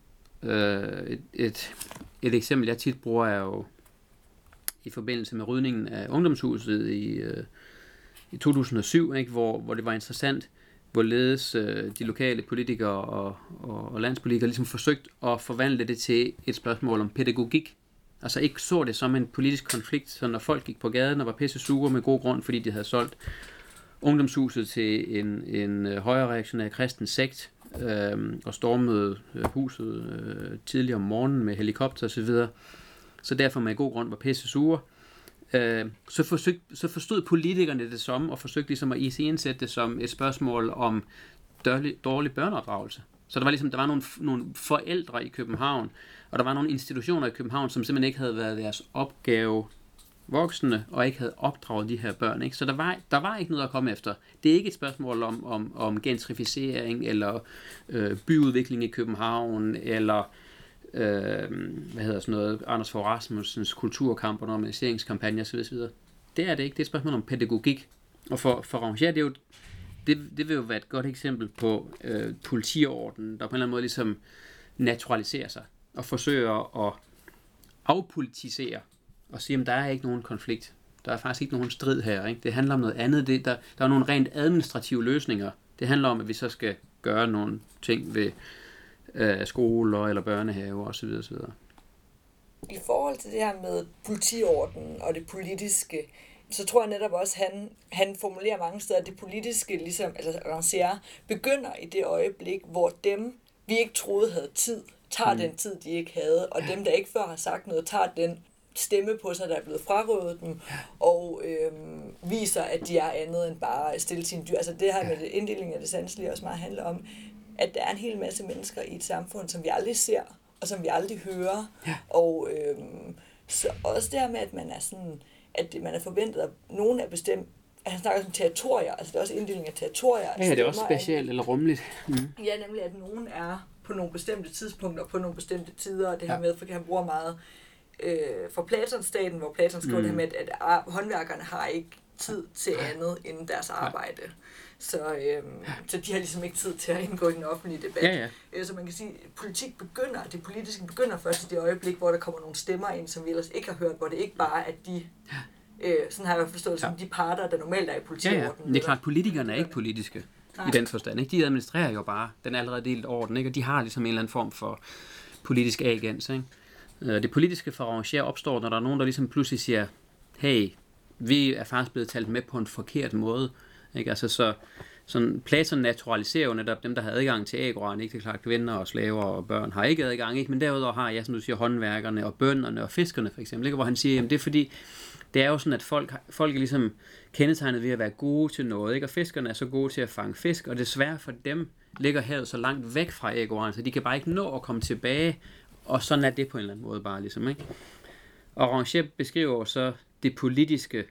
Et, et, et eksempel, jeg tit bruger, er jo i forbindelse med rydningen af ungdomshuset i, i to tusind og syv, ikke, hvor, hvor det var interessant, hvorledes de lokale politikere og, og, og landspolitikere ligesom forsøgt at forvandle det til et spørgsmål om pædagogik. Altså ikke så det som en politisk konflikt, så når folk gik på gaden og var pisse sure med god grund, fordi de havde solgt ungdomshuset til en, en højere reaktionær kristen sekt, Øh, og stormede øh, huset øh, tidligere om morgenen med helikopter og så videre. Så derfor med god grund var pisse sure. Øh, så, forsøg, så forstod politikerne det som, og forsøgte ligesom at iscenesætte det som et spørgsmål om dårlig, dårlig børneopdragelse. Så der var ligesom, der var nogle, nogle forældre i København, og der var nogle institutioner i København, som simpelthen ikke havde været deres opgave voksne, og ikke havde opdraget de her børn. Ikke? Så der var, der var ikke noget at komme efter. Det er ikke et spørgsmål om, om, om gentrificering, eller øh, byudvikling i København, eller øh, hvad hedder sådan noget, Anders Fogh Rasmussens kulturkamp og normaliseringskampagne osv. osv. Det er det ikke. Det er et spørgsmål om pædagogik. Og for, for Ranger, det, er jo, det, det vil jo være et godt eksempel på øh, politiorden, der på en eller anden måde ligesom naturaliserer sig, og forsøger at afpolitisere og sige, at der er ikke nogen konflikt. Der er faktisk ikke nogen strid her. Ikke? Det handler om noget andet. Det, der, der er nogle rent administrative løsninger. Det handler om, at vi så skal gøre nogle ting ved øh, skoler eller børnehaver osv. osv. I forhold til det her med politiorden og det politiske, så tror jeg netop også, at han, han formulerer mange steder, at det politiske, ligesom, altså Rancière, begynder i det øjeblik, hvor dem, vi ikke troede havde tid, tager mm. den tid, de ikke havde, og dem, der ikke før har sagt noget, tager den stemme på sig, der er blevet frarøvet dem, og øhm, viser, at de er andet end bare stille sine dyr. Altså det her med inddelingen af det sanselige også meget handler om, at der er en hel masse mennesker i et samfund, som vi aldrig ser, og som vi aldrig hører, ja. og øhm, så også det her med, at man er sådan, at man er forventet, at nogen er bestemt, at han snakker om territorier, altså det er også inddeling af territorier. Ja, det er også specielt eller rummeligt. Mm. Ja, nemlig at nogen er på nogle bestemte tidspunkter, på nogle bestemte tider, og det her ja. med, for han bruger meget øh, for Platonstaten, hvor Platon skriver mm. det her med, at, at håndværkerne har ikke tid til andet end deres arbejde. Ja. Så, øhm, ja. så de har ligesom ikke tid til at indgå i den offentlige debat. Ja, ja. Så man kan sige, at politik begynder, det politiske begynder først i det øjeblik, hvor der kommer nogle stemmer ind, som vi ellers ikke har hørt, hvor det ikke bare er de, øh, sådan har jeg forstået, som ja. de parter, der normalt er i politikordenen. Ja, ja. Det er klart, politikerne er ikke politiske Nej. i den forstand. Ikke? De administrerer jo bare den allerede delt orden, ikke? Og de har ligesom en eller anden form for politisk agens. Ikke? Det politiske for Rancière opstår, når der er nogen, der ligesom pludselig siger, hey, vi er faktisk blevet talt med på en forkert måde. Ikke? Altså, så sådan, Platon naturaliserer jo netop dem, der har adgang til agoraen, ikke? Det er klart, kvinder og slaver og børn har ikke adgang, ikke? Men derudover har jeg, som du siger, håndværkerne og bønderne og fiskerne for eksempel, ikke? Hvor han siger, jamen det er fordi, det er jo sådan, at folk, folk er ligesom kendetegnet ved at være gode til noget, ikke? Og fiskerne er så gode til at fange fisk, og desværre for dem ligger havet så langt væk fra agoraen, så de kan bare ikke nå at komme tilbage, og sådan er det på en eller anden måde bare ligesom, ikke? Og Rancière beskriver så det politiske,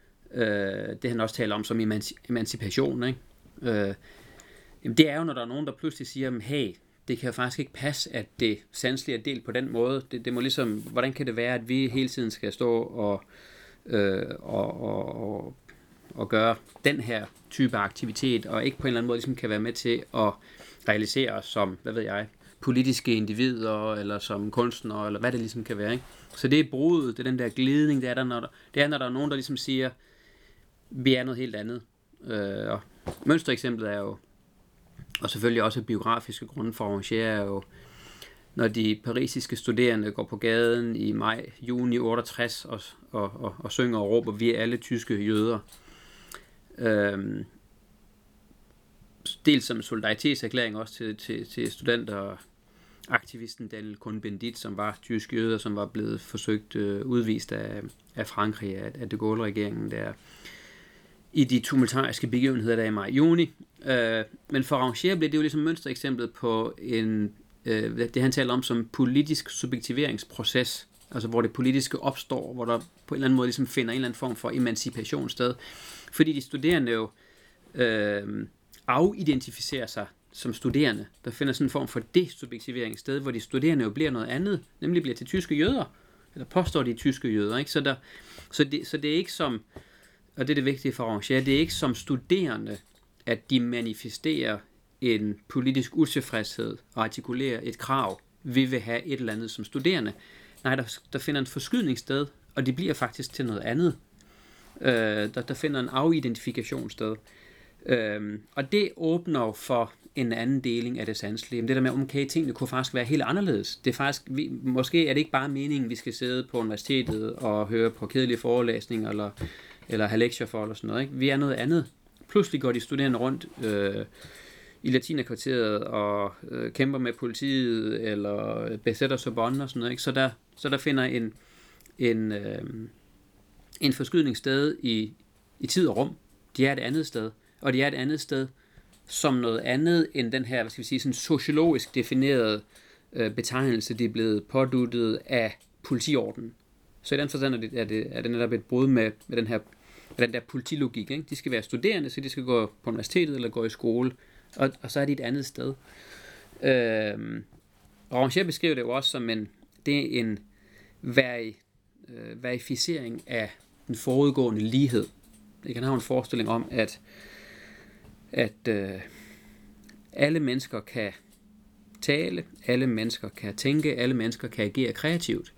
øh, det han også taler om som emanci- emancipation, ikke? Øh, jamen det er jo, når der er nogen, der pludselig siger, hey, det kan jo faktisk ikke passe, at det sanselige er delt på den måde. Det, det må ligesom, hvordan kan det være, at vi hele tiden skal stå og, øh, og, og, og, og gøre den her type aktivitet, og ikke på en eller anden måde ligesom kan være med til at realisere os som, hvad ved jeg, politiske individer, eller som kunstnere, eller hvad det ligesom kan være, ikke? Så det er brudet, det er den der glidning, det er, der, når der, det er, når der er nogen, der ligesom siger, vi er noget helt andet. Øh, og mønstereksemplet er jo, og selvfølgelig også biografiske grunde for Rancière, er jo, når de parisiske studerende går på gaden i maj, juni otteogtres og, og, og, og synger og råber, vi er alle tyske jøder. Øh, dels som solidaritetserklæring også til, til, til studenter, aktivisten Daniel Cohn-Bendit, som var tysk jøde, som var blevet forsøgt øh, udvist af, af Frankrig, af, af de Gaulle-regeringen der, i de tumultariske begivenheder der i maj-juni. Øh, men for Rancière blev det jo ligesom mønstereksemplet på en, øh, det han taler om som politisk subjektiveringsproces, altså hvor det politiske opstår, hvor der på en eller anden måde ligesom finder en eller anden form for emancipation sted. Fordi de studerende jo øh, afidentificerer sig som studerende. Der finder sådan en form for desubjektivering sted, hvor de studerende jo bliver noget andet, nemlig bliver til tyske jøder, eller påstår de tyske jøder. Ikke? Så, der, så, det, så det er ikke som, og det er det vigtige for Rancière, det er ikke som studerende, at de manifesterer en politisk utilfredshed og artikulerer et krav, vi vil have et eller andet som studerende. Nej, der, der finder en forskydning sted, og det bliver faktisk til noget andet. Øh, der, der finder en afidentifikation sted. Øh, og det åbner for en anden deling af det sanselige. Det der med, okay, tingene kunne faktisk være helt anderledes. Det er faktisk, vi, måske er det ikke bare meningen, vi skal sidde på universitetet og høre på kedelige forelæsninger, eller, eller have lektier for, eller sådan noget. Ikke? Vi er noget andet. Pludselig går de studerende rundt øh, i latinerkvarteret og øh, kæmper med politiet, eller besætter Sorbonne og sådan noget. Ikke? Så, der, så der finder en, en, øh, en forskydning sted i, i tid og rum. De er et andet sted. Og de er et andet sted som noget andet end den her, hvad skal vi sige, sådan sociologisk definerede øh, betegnelse, de er blevet påduttet af politiordenen. Så i den forstand er det, er det, er det netop et brud med, med den her med den der politilogik. Ikke? De skal være studerende, så de skal gå på universitetet eller gå i skole, og, og så er de et andet sted. Øh, Rancière beskriver det jo også som en, det er en veri, øh, verificering af den forudgående lighed. Jeg kan have en forestilling om, at at øh, alle mennesker kan tale, alle mennesker kan tænke, alle mennesker kan agere kreativt.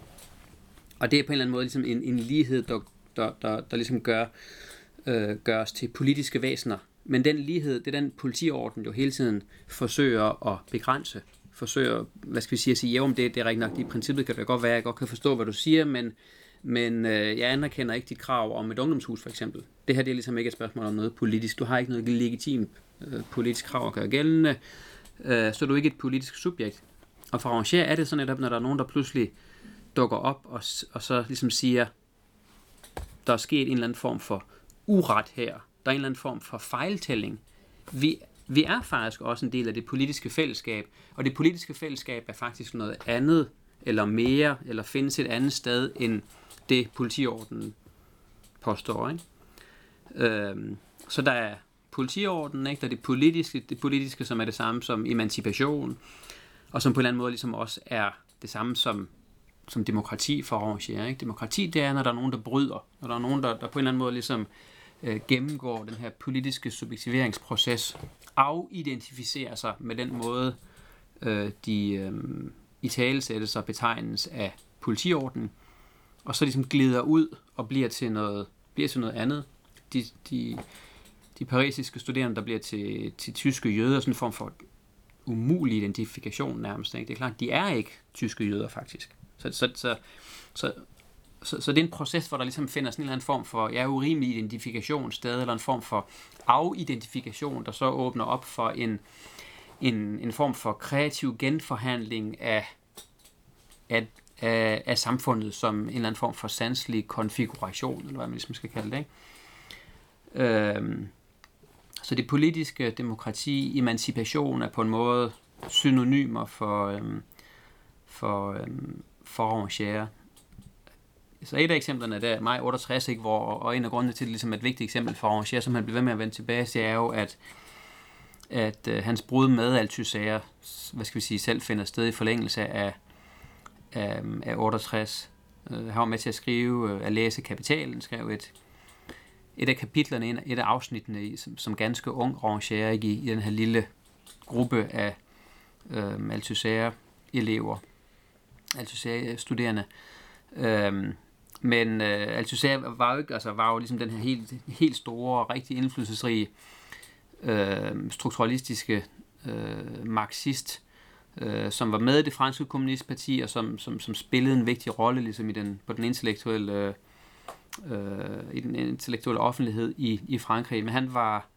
Og det er på en eller anden måde ligesom en, en lighed, der, der, der, der ligesom gør, øh, gør os til politiske væsener. Men den lighed, det er den politiorden jo hele tiden forsøger at begrænse. Forsøger, hvad skal vi sige, at sige, ja, om det, det er rigtig nok, i princippet kan det godt være, jeg godt kan forstå, hvad du siger, men, men øh, jeg anerkender ikke de krav om et ungdomshus, for eksempel. Det her det er ligesom ikke et spørgsmål om noget politisk. Du har ikke noget legitimt øh, politisk krav at gøre gældende, øh, så er du ikke et politisk subjekt. Og for Ranger er det sådan netop, når der er nogen, der pludselig dukker op og, og så ligesom siger, der er sket en eller anden form for uret her. Der er en eller anden form for fejltælling. Vi, vi er faktisk også en del af det politiske fællesskab, og det politiske fællesskab er faktisk noget andet, eller mere, eller findes et andet sted, end det politiordenen påstår. Ikke? Øhm, så der er politiordenen, ikke? Der er det politiske, det politiske, som er det samme som emancipation, og som på en eller anden måde ligesom også er det samme som, som demokrati for Ranger. Ikke? Demokrati, det er, når der er nogen, der bryder, når der er nogen, der, der på en eller anden måde ligesom øh, gennemgår den her politiske subjektiveringsproces, afidentificerer sig med den måde, øh, de øh, i talesættes og betegnes af politiordenen, og så ligesom glider ud og bliver til noget, bliver til noget andet. De, de, de parisiske studerende, der bliver til, til tyske jøder, sådan en form for umulig identifikation nærmest. Ikke? Det er klart, de er ikke tyske jøder faktisk. Så, så, så, så, så, så det er en proces, hvor der ligesom finder sådan en eller anden form for ja, urimelig identifikation sted, eller en form for afidentifikation, der så åbner op for en, en, en form for kreativ genforhandling af, af, af, af samfundet som en eller anden form for sanselig konfiguration, eller hvad man ligesom skal kalde det. Ikke? Øhm, så det politiske demokrati, emancipation er på en måde synonymer for, øhm, for, øhm, for Ranger. Så et af eksemplerne der, maj otteogtres, ikke, hvor, og en af grundene til det ligesom et vigtigt eksempel for Ranger, som han bliver ved med at vende tilbage til, er jo, at, at øh, hans brud med Althusser, hvad skal vi sige, selv finder sted i forlængelse af, af, af otteogtres. Øh, han var med til at skrive, øh, at læse Kapitalen, skrev et, et af kapitlerne, et af afsnittene, som, som ganske ung Ranger, ikke, i, i den her lille gruppe af øh, Althusser-elever, Althusser-studerende. Øhm, men øh, Althusser var jo ikke, altså var jo ligesom den her helt, helt store, rigtig indflydelsesrige øh, strukturalistiske øh, marxist, øh, som var med i det franske kommunistparti, og som, som, som spillede en vigtig rolle ligesom i den, på den intellektuelle øh, i den intellektuelle offentlighed i, i Frankrig. Men han var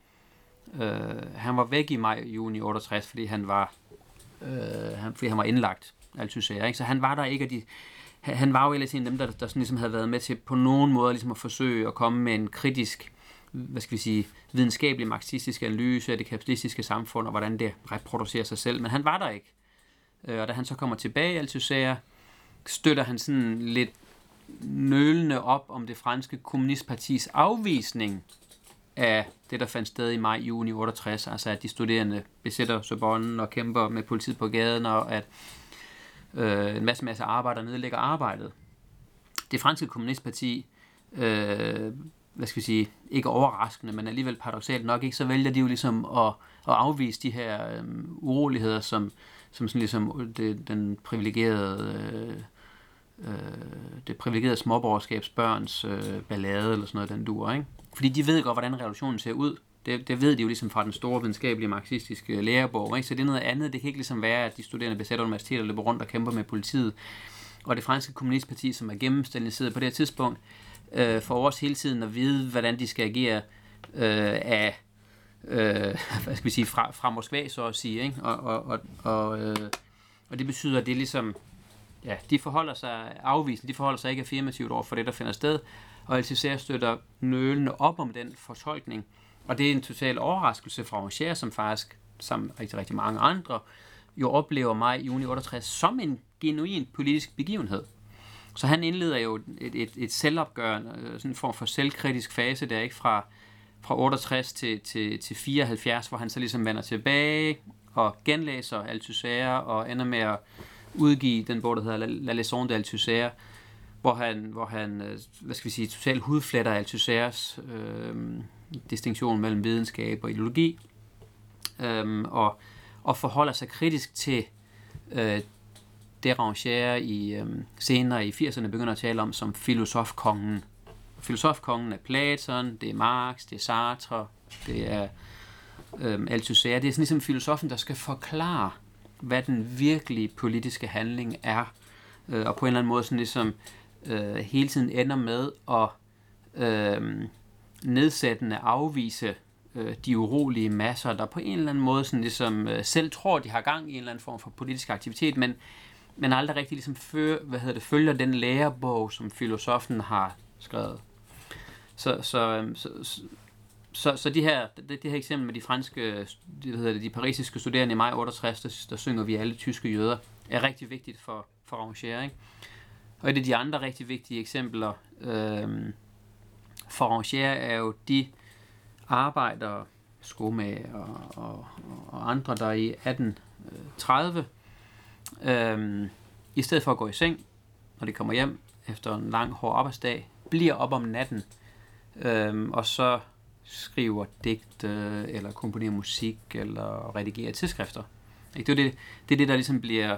øh, han var væk i maj juni otteogtres, fordi han var øh, han, fordi han var indlagt, Althusser, ikke? Så han var der ikke, og de han var jo ellers en af dem, der, der sådan ligesom havde været med til på nogen måde ligesom at forsøge at komme med en kritisk, hvad skal vi sige, videnskabelig marxistisk analyse af det kapitalistiske samfund, og hvordan det reproducerer sig selv. Men han var der ikke. Og da han så kommer tilbage, Althusser, støtter han sådan lidt nølende op om det franske kommunistpartis afvisning af det, der fandt sted i maj juni otteogtres, altså at de studerende besætter Sorbonne og kæmper med politiet på gaden, og at Øh, en masse, masse arbejdere nedlægger arbejdet. Det franske kommunistparti, øh, hvad skal vi sige, ikke overraskende, men alligevel paradoksalt nok ikke, så vælger de jo ligesom at, at afvise de her øh, uroligheder, som, som sådan ligesom det, den privilegerede, øh, det privilegerede småborgerskabsbørns øh, ballade, eller sådan noget, den dur, ikke? Fordi de ved godt, hvordan revolutionen ser ud. Det, det ved de jo ligesom fra den store videnskabelige marxistiske lærebog, ikke? Så det er noget andet. Det kan ikke ligesom være, at de studerende besætter universiteter og løber rundt og kæmper med politiet. Og det franske kommunistparti, som er gennemstaliniseret på det her tidspunkt, øh, får også hele tiden at vide, hvordan de skal agere øh, af, øh, hvad skal vi sige, fra, fra Moskva, så at sige, ikke? Og, og, og, og, øh, og det betyder, at det ligesom, ja, de forholder sig afvisende, de forholder sig ikke affirmativt over for det, der finder sted, og Althusser støtter nølende op om den fortolkning. Og det er en total overraskelse fra Ranger, som faktisk, som rigtig, rigtig mange andre, jo oplever maj juni otteogtres som en genuin politisk begivenhed. Så han indleder jo et, et, et selvopgør, sådan en form for selvkritisk fase, der ikke fra, fra otteogtres til, til, til fireoghalvfjerds, hvor han så ligesom vender tilbage og genlæser Althusser og ender med at udgive den bog, der hedder La Leçon d'Althusser, hvor han, hvor han, hvad skal vi sige, totalt hudfletter Althussers øh, distinktion mellem videnskab og ideologi, øh, og, og forholder sig kritisk til øh, det Ranger i øh, senere i firserne begynder at tale om som filosofkongen. Filosofkongen er Platon, det er Marx, det er Sartre, det er øh, Althusser. Det er sådan ligesom filosofen, der skal forklare, hvad den virkelige politiske handling er, øh, og på en eller anden måde sådan ligesom øh, hele tiden ender med at øh, nedsættende afvise øh, de urolige masser, der på en eller anden måde sådan ligesom, øh, selv tror, de har gang i en eller anden form for politisk aktivitet, men, men aldrig rigtig ligesom før, hvad hedder det, følger den lærebog, som filosofen har skrevet. Så, så, så, så, så de her, det, det her eksempel med de franske, det hedder det, de parisiske studerende i maj otteogtres, der, der synger vi alle tyske jøder, er rigtig vigtigt for, for Rancière, ikke? Og et af de andre rigtig vigtige eksempler øh, for Rancière er jo de arbejdere, skomager og, og, og andre, der i atten tredive, øh, i stedet for at gå i seng, når de kommer hjem efter en lang, hård arbejdsdag, bliver op om natten, øh, og så skriver digte, eller komponerer musik, eller redigerer tidsskrifter. Det er det, det, er det der ligesom bliver,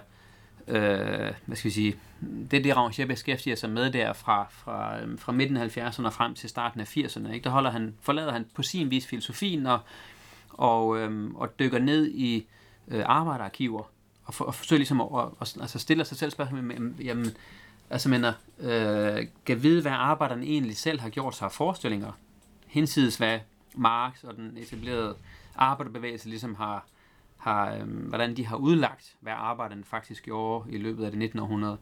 øh, hvad skal vi sige, det er det, Rancière beskæftiger sig med der fra, fra, fra midten af halvfjerdserne og frem til starten af firserne. Ikke? Der holder han, forlader han på sin vis filosofien og, og, øhm, og dykker ned i øh, arbejderarkiver og, for, og forsøger ligesom at og, altså stiller sig selv spørgsmål, jamen, altså mener, øh, kan vide, hvad arbejderne egentlig selv har gjort sig af forestillinger, hinsides hvad Marx og den etablerede arbejderbevægelse ligesom har, har øhm, hvordan de har udlagt, hvad arbejderne faktisk gjorde i løbet af det nittende århundrede.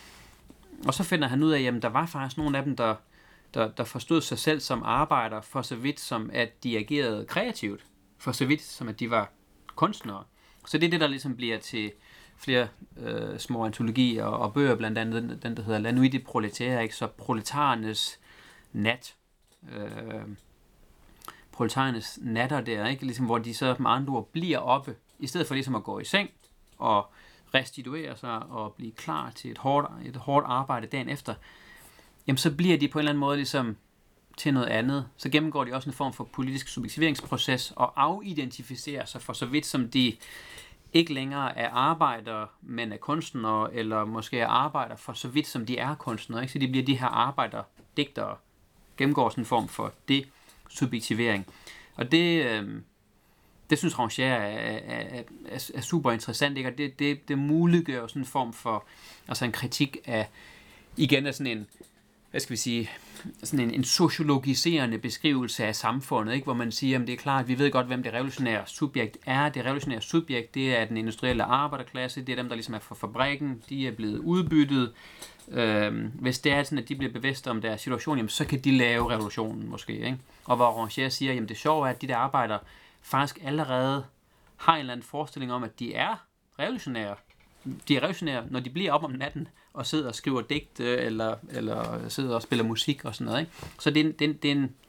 Og så finder han ud af, at der var faktisk nogle af dem, der, der, der forstod sig selv som arbejder, for så vidt som at de agerede kreativt, for så vidt som at de var kunstnere. Så det er det, der ligesom bliver til flere øh, små antologier og, og bøger, blandt andet den, den der hedder La Nuit des Prolétaires, ikke? Så proletarernes nat. Øh, proletarernes natter der, ikke? Ligesom, hvor de så med andre ord bliver oppe, i stedet for ligesom at gå i seng og restituere sig og blive klar til et hårdt, et hårdt arbejde dagen efter, jamen så bliver de på en eller anden måde ligesom til noget andet. Så gennemgår de også en form for politisk subjektiveringsproces og afidentificerer sig for så vidt som de ikke længere er arbejdere, men er kunstnere, eller måske er arbejdere for så vidt som de er kunstnere. Ikke? Så de bliver de her arbejderdigtere, gennemgår sådan en form for desubjektivering. Og det, øh, det synes Rancière er, er, er, er super interessant, ikke? Og det, det, det muliggør sådan en form for, altså en kritik af, igen af sådan en, hvad skal vi sige, sådan en, en sociologiserende beskrivelse af samfundet, ikke? Hvor man siger, at det er klart, at vi ved godt, hvem det revolutionære subjekt er. Det revolutionære subjekt, det er den industrielle arbejderklasse, det er dem, der ligesom er fra fabrikken, de er blevet udbyttet. Øhm, hvis det er sådan, at de bliver bevidste om deres situation, jamen, så kan de lave revolutionen måske, ikke? Og hvor Rancière siger, jamen det sjove er, at de der arbejdere faktisk allerede har en eller anden forestilling om, at de er revolutionære. De er revolutionære, når de bliver op om natten og sidder og skriver digte, eller, eller sidder og spiller musik og sådan noget, ikke? Så det er en, det er en, det er en,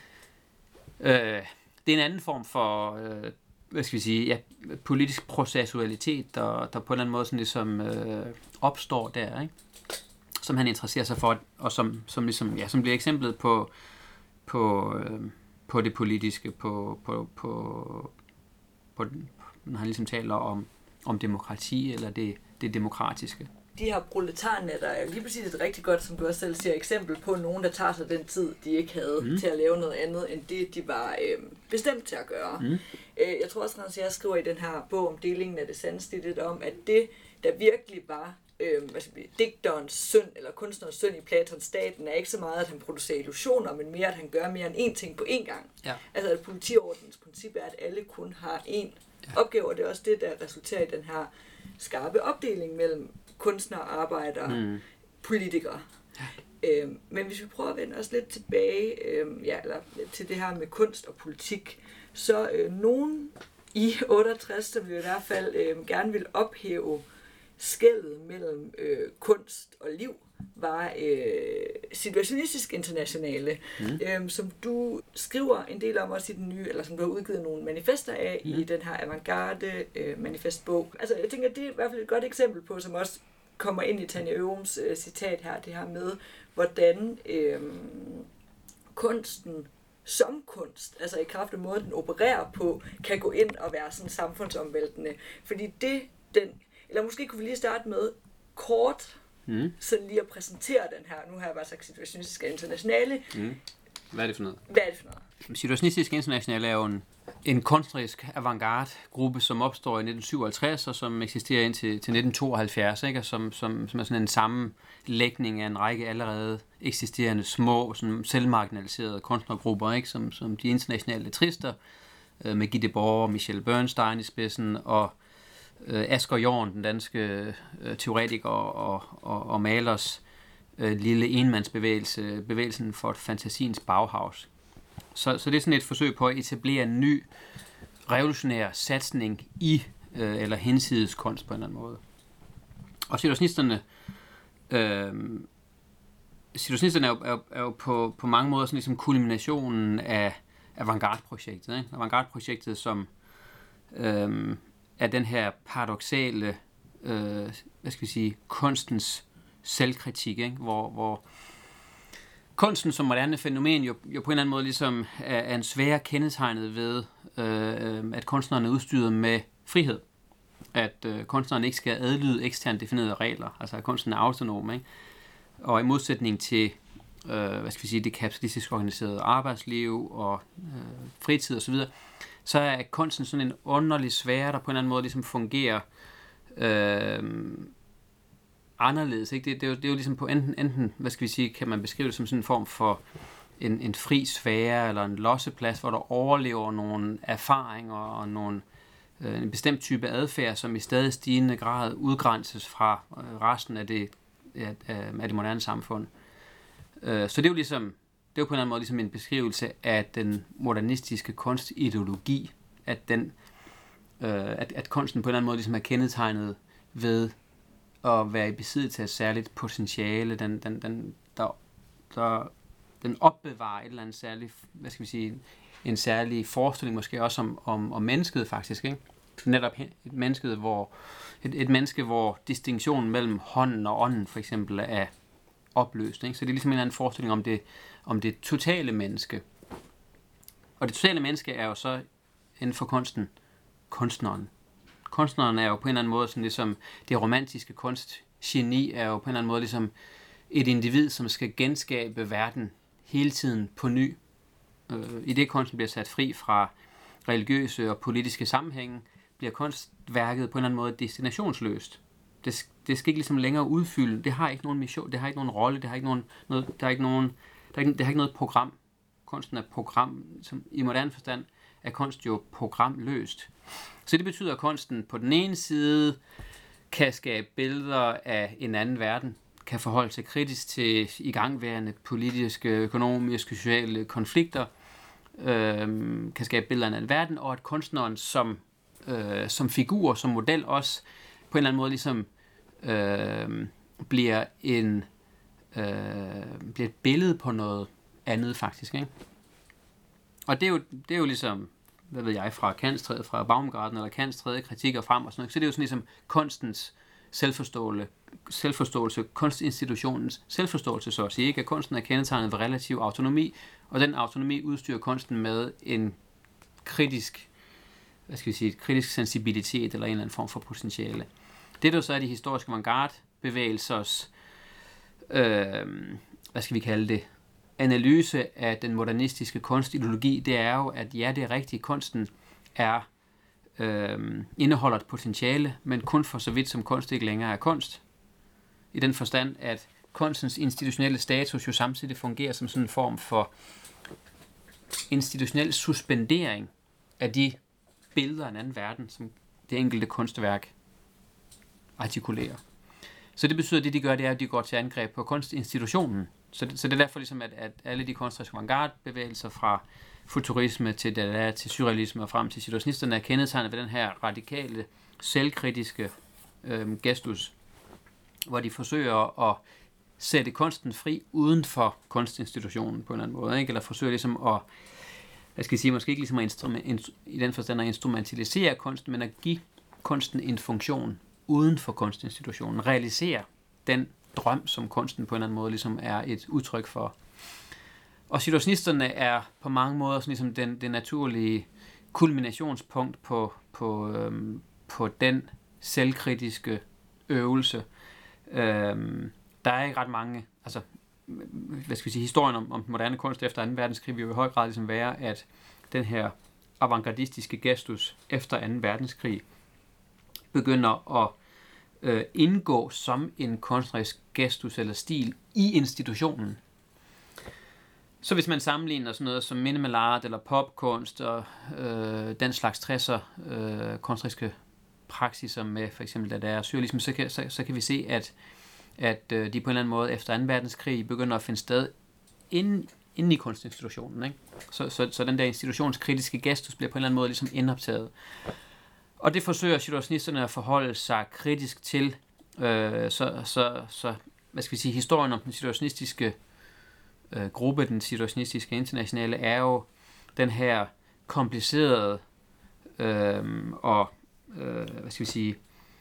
øh, det er en anden form for, øh, hvad skal vi sige, ja, politisk processualitet, der, der på en eller anden måde sådan ligesom, øh, opstår der, ikke? Som han interesserer sig for, og som, som, ligesom, ja, som bliver eksemplet på, på, øh, på det politiske, på, på, på, på, når han ligesom taler om, om demokrati, eller det, det demokratiske. De her proletarnetter er jo lige præcis et rigtig godt, som du også selv siger, eksempel på nogen, der tager sig den tid, de ikke havde mm. til at lave noget andet, end det, de var øh, bestemt til at gøre. Mm. Øh, jeg tror også, at jeg skriver i den her bog om delingen af det sandsnittet, om at det, der virkelig var øh, hvad skal vi, digterens synd, eller kunstnerens synd i Platons Staten, er ikke så meget, at han producerer illusioner, men mere, at han gør mere end én ting på én gang. Ja. Altså, at politiordens princip er, at alle kun har én ja. opgave, og det er også det, der resulterer i den her skarpe opdeling mellem kunstnere, arbejdere, mm. politikere. Ja. Øhm, men hvis vi prøver at vende os lidt tilbage øhm, ja, eller til det her med kunst og politik, så øh, nogen i otteogtres, som vi i hvert fald øh, gerne vil ophæve skellet mellem øh, kunst og liv, var øh, Situationistisk Internationale, mm. øhm, som du skriver en del om også i den nye, eller som du har udgivet nogle manifester af mm. i den her avantgarde øh, manifestbog. Altså jeg tænker, det er i hvert fald et godt eksempel på, som også kommer ind i Tanja Øvrums øh, citat her, det her med, hvordan øh, kunsten som kunst, altså i kraft af måden, den opererer på, kan gå ind og være sådan samfundsomvæltende. Fordi det, den, eller måske kunne vi lige starte med kort, mm. så lige at præsentere den her, nu har jeg bare sagt Situationistisk Internationale. Mm. Hvad er det for noget? Hvad er det for noget? Situationistisk International er jo en, en kunstnerisk avantgarde-gruppe, som opstår i nitten syvoghalvtreds, og som eksisterer indtil til nitten tooghalvfjerds, ikke? Og som, som, som er sådan en sammenlægning af en række allerede eksisterende små, sådan selvmarginaliserede kunstnergrupper, ikke? Som, som de internationale lettrister, øh, med Guy Debord og Michel Bernstein i spidsen, og øh, Asger Jorn, den danske øh, teoretiker og, og, og malers øh, lille enmandsbevægelse, bevægelsen for fantasiens Bauhaus. Så, så det er sådan et forsøg på at etablere en ny revolutionær satsning i øh, eller hinsides kunst på en eller anden måde. Og situationisterne øh, situationisterne er jo, er jo, er jo på, på mange måder sådan ligesom kulminationen af avantgarde-projektet. Ikke? Avantgarde-projektet, som øh, er den her paradoksale øh, hvad skal vi sige, kunstens selvkritik, ikke? Hvor, hvor kunsten som moderne fænomen jo, jo på en eller anden måde ligesom er, er en svær kendetegnet ved, øh, at kunstneren er udstyret med frihed. At øh, kunstneren ikke skal adlyde eksternt definerede regler, altså at kunsten er autonom, ikke? Og i modsætning til øh, hvad skal vi sige, det kapitalistisk organiserede arbejdsliv og øh, fritid osv., så, så er kunsten sådan en underlig sfære, der på en eller anden måde ligesom fungerer øh, anderledes, ikke? Det, det, er jo, det er jo ligesom på enten, enten, hvad skal vi sige, kan man beskrive det som sådan en form for en, en fri sfære, eller en losseplads, hvor der overlever nogle erfaringer og nogle, øh, en bestemt type adfærd, som i stadig stigende grad udgrænses fra øh, resten af det, af, af det moderne samfund. Øh, så det er jo ligesom, det er jo på en eller anden måde ligesom en beskrivelse af den modernistiske kunstideologi, at, den, øh, at, at kunsten på en eller anden måde ligesom er kendetegnet ved at være i besiddelse af et særligt potentiale, den, den, den, der, der, den opbevarer et eller andet særligt, hvad skal vi sige, en særlig forestilling måske også om, om, om mennesket faktisk, ikke? Netop et menneske, hvor, et, et menneske, hvor distinktionen mellem hånden og ånden for eksempel er opløst, ikke? Så det er ligesom en eller anden forestilling om det, om det totale menneske. Og det totale menneske er jo så inden for kunsten, kunstneren. Kunstneren er jo på en eller anden måde sådan ligesom det romantiske kunstgeni er jo på en eller anden måde ligesom et individ, som skal genskabe verden hele tiden på ny. Øh, I det kunsten bliver sat fri fra religiøse og politiske sammenhænge, bliver kunstværket på en eller anden måde destinationsløst. Det, det skal ikke ligesom længere udfylde. Det har ikke nogen mission, det har ikke nogen rolle, det har ikke nogen, noget, der er ikke nogen, der er ikke, det har ikke noget program. Kunsten er program, som i moderne forstand er kunst jo programløst. Så det betyder, at kunsten på den ene side kan skabe billeder af en anden verden, kan forholde sig kritisk til igangværende politiske, økonomiske, sociale konflikter, øh, kan skabe billeder af en anden verden, og at kunstneren som, øh, som figur, som model også på en eller anden måde ligesom øh, bliver, en, øh, bliver et billede på noget andet faktisk, ikke? Og det er jo, det er jo ligesom, hvad ved jeg, fra Kants træde, fra Baumgarten eller Kants tredje kritikker frem og sådan noget. Så det er jo sådan ligesom kunstens selvforståelse, selvforståelse, kunstinstitutionens selvforståelse, så at sige, ikke? At kunsten er kendetegnet ved relativ autonomi, og den autonomi udstyrer kunsten med en kritisk, hvad skal vi sige, kritisk sensibilitet eller en eller anden form for potentiale. Det der så er de historiske avantgarde-bevægelsers, øh, hvad skal vi kalde det, analyse af den modernistiske kunstideologi, det er jo, at ja, det er rigtigt, kunsten er, øh, indeholder et potentiale, men kun for så vidt, som kunst ikke længere er kunst. I den forstand, at kunstens institutionelle status jo samtidig fungerer som sådan en form for institutionel suspendering af de billeder af en anden verden, som det enkelte kunstværk artikulerer. Så det betyder, at det de gør, det er, at de går til angreb på kunstinstitutionen. Så det, så det er derfor, ligesom, at, at alle de kunstneriske avantgarde-bevægelser fra futurisme til Dada, til surrealisme og frem til situationisterne er kendetegnet ved den her radikale, selvkritiske øh, gestus, hvor de forsøger at sætte kunsten fri uden for kunstinstitutionen på en eller anden måde, ikke? Eller forsøger ligesom at, jeg skal sige, måske ikke ligesom at instrument, i den forstand at instrumentalisere kunsten, men at give kunsten en funktion uden for kunstinstitutionen, realisere den drøm, som kunsten på en eller anden måde ligesom er et udtryk for. Og situationisterne er på mange måder sådan ligesom den, det naturlige kulminationspunkt på, på, øhm, på den selvkritiske øvelse. Øhm, der er ikke ret mange, altså hvad skal vi sige, historien om, om den moderne kunst efter anden verdenskrig vil jo i høj grad ligesom være, at den her avantgardistiske gestus efter anden verdenskrig begynder at øh, indgå som en kunstnerisk gestus eller stil i institutionen. Så hvis man sammenligner sådan noget som minimal art eller popkunst og øh, den slags tresser øh, kunstneriske praksiser med for eksempel det der surrealisme, så kan, så, så kan vi se, at, at øh, de på en eller anden måde efter anden verdenskrig begynder at finde sted inde, inde i kunstinstitutionen. Ikke? Så, så, så den der institutionskritiske gestus bliver på en eller anden måde ligesom indoptaget. Og det forsøger situationisterne at forholde sig kritisk til, øh, så, så, så hvad skal vi sige, historien om den situationistiske øh, gruppe, den situationistiske internationale, er jo den her komplicerede øh, og øh, hvad skal vi sige,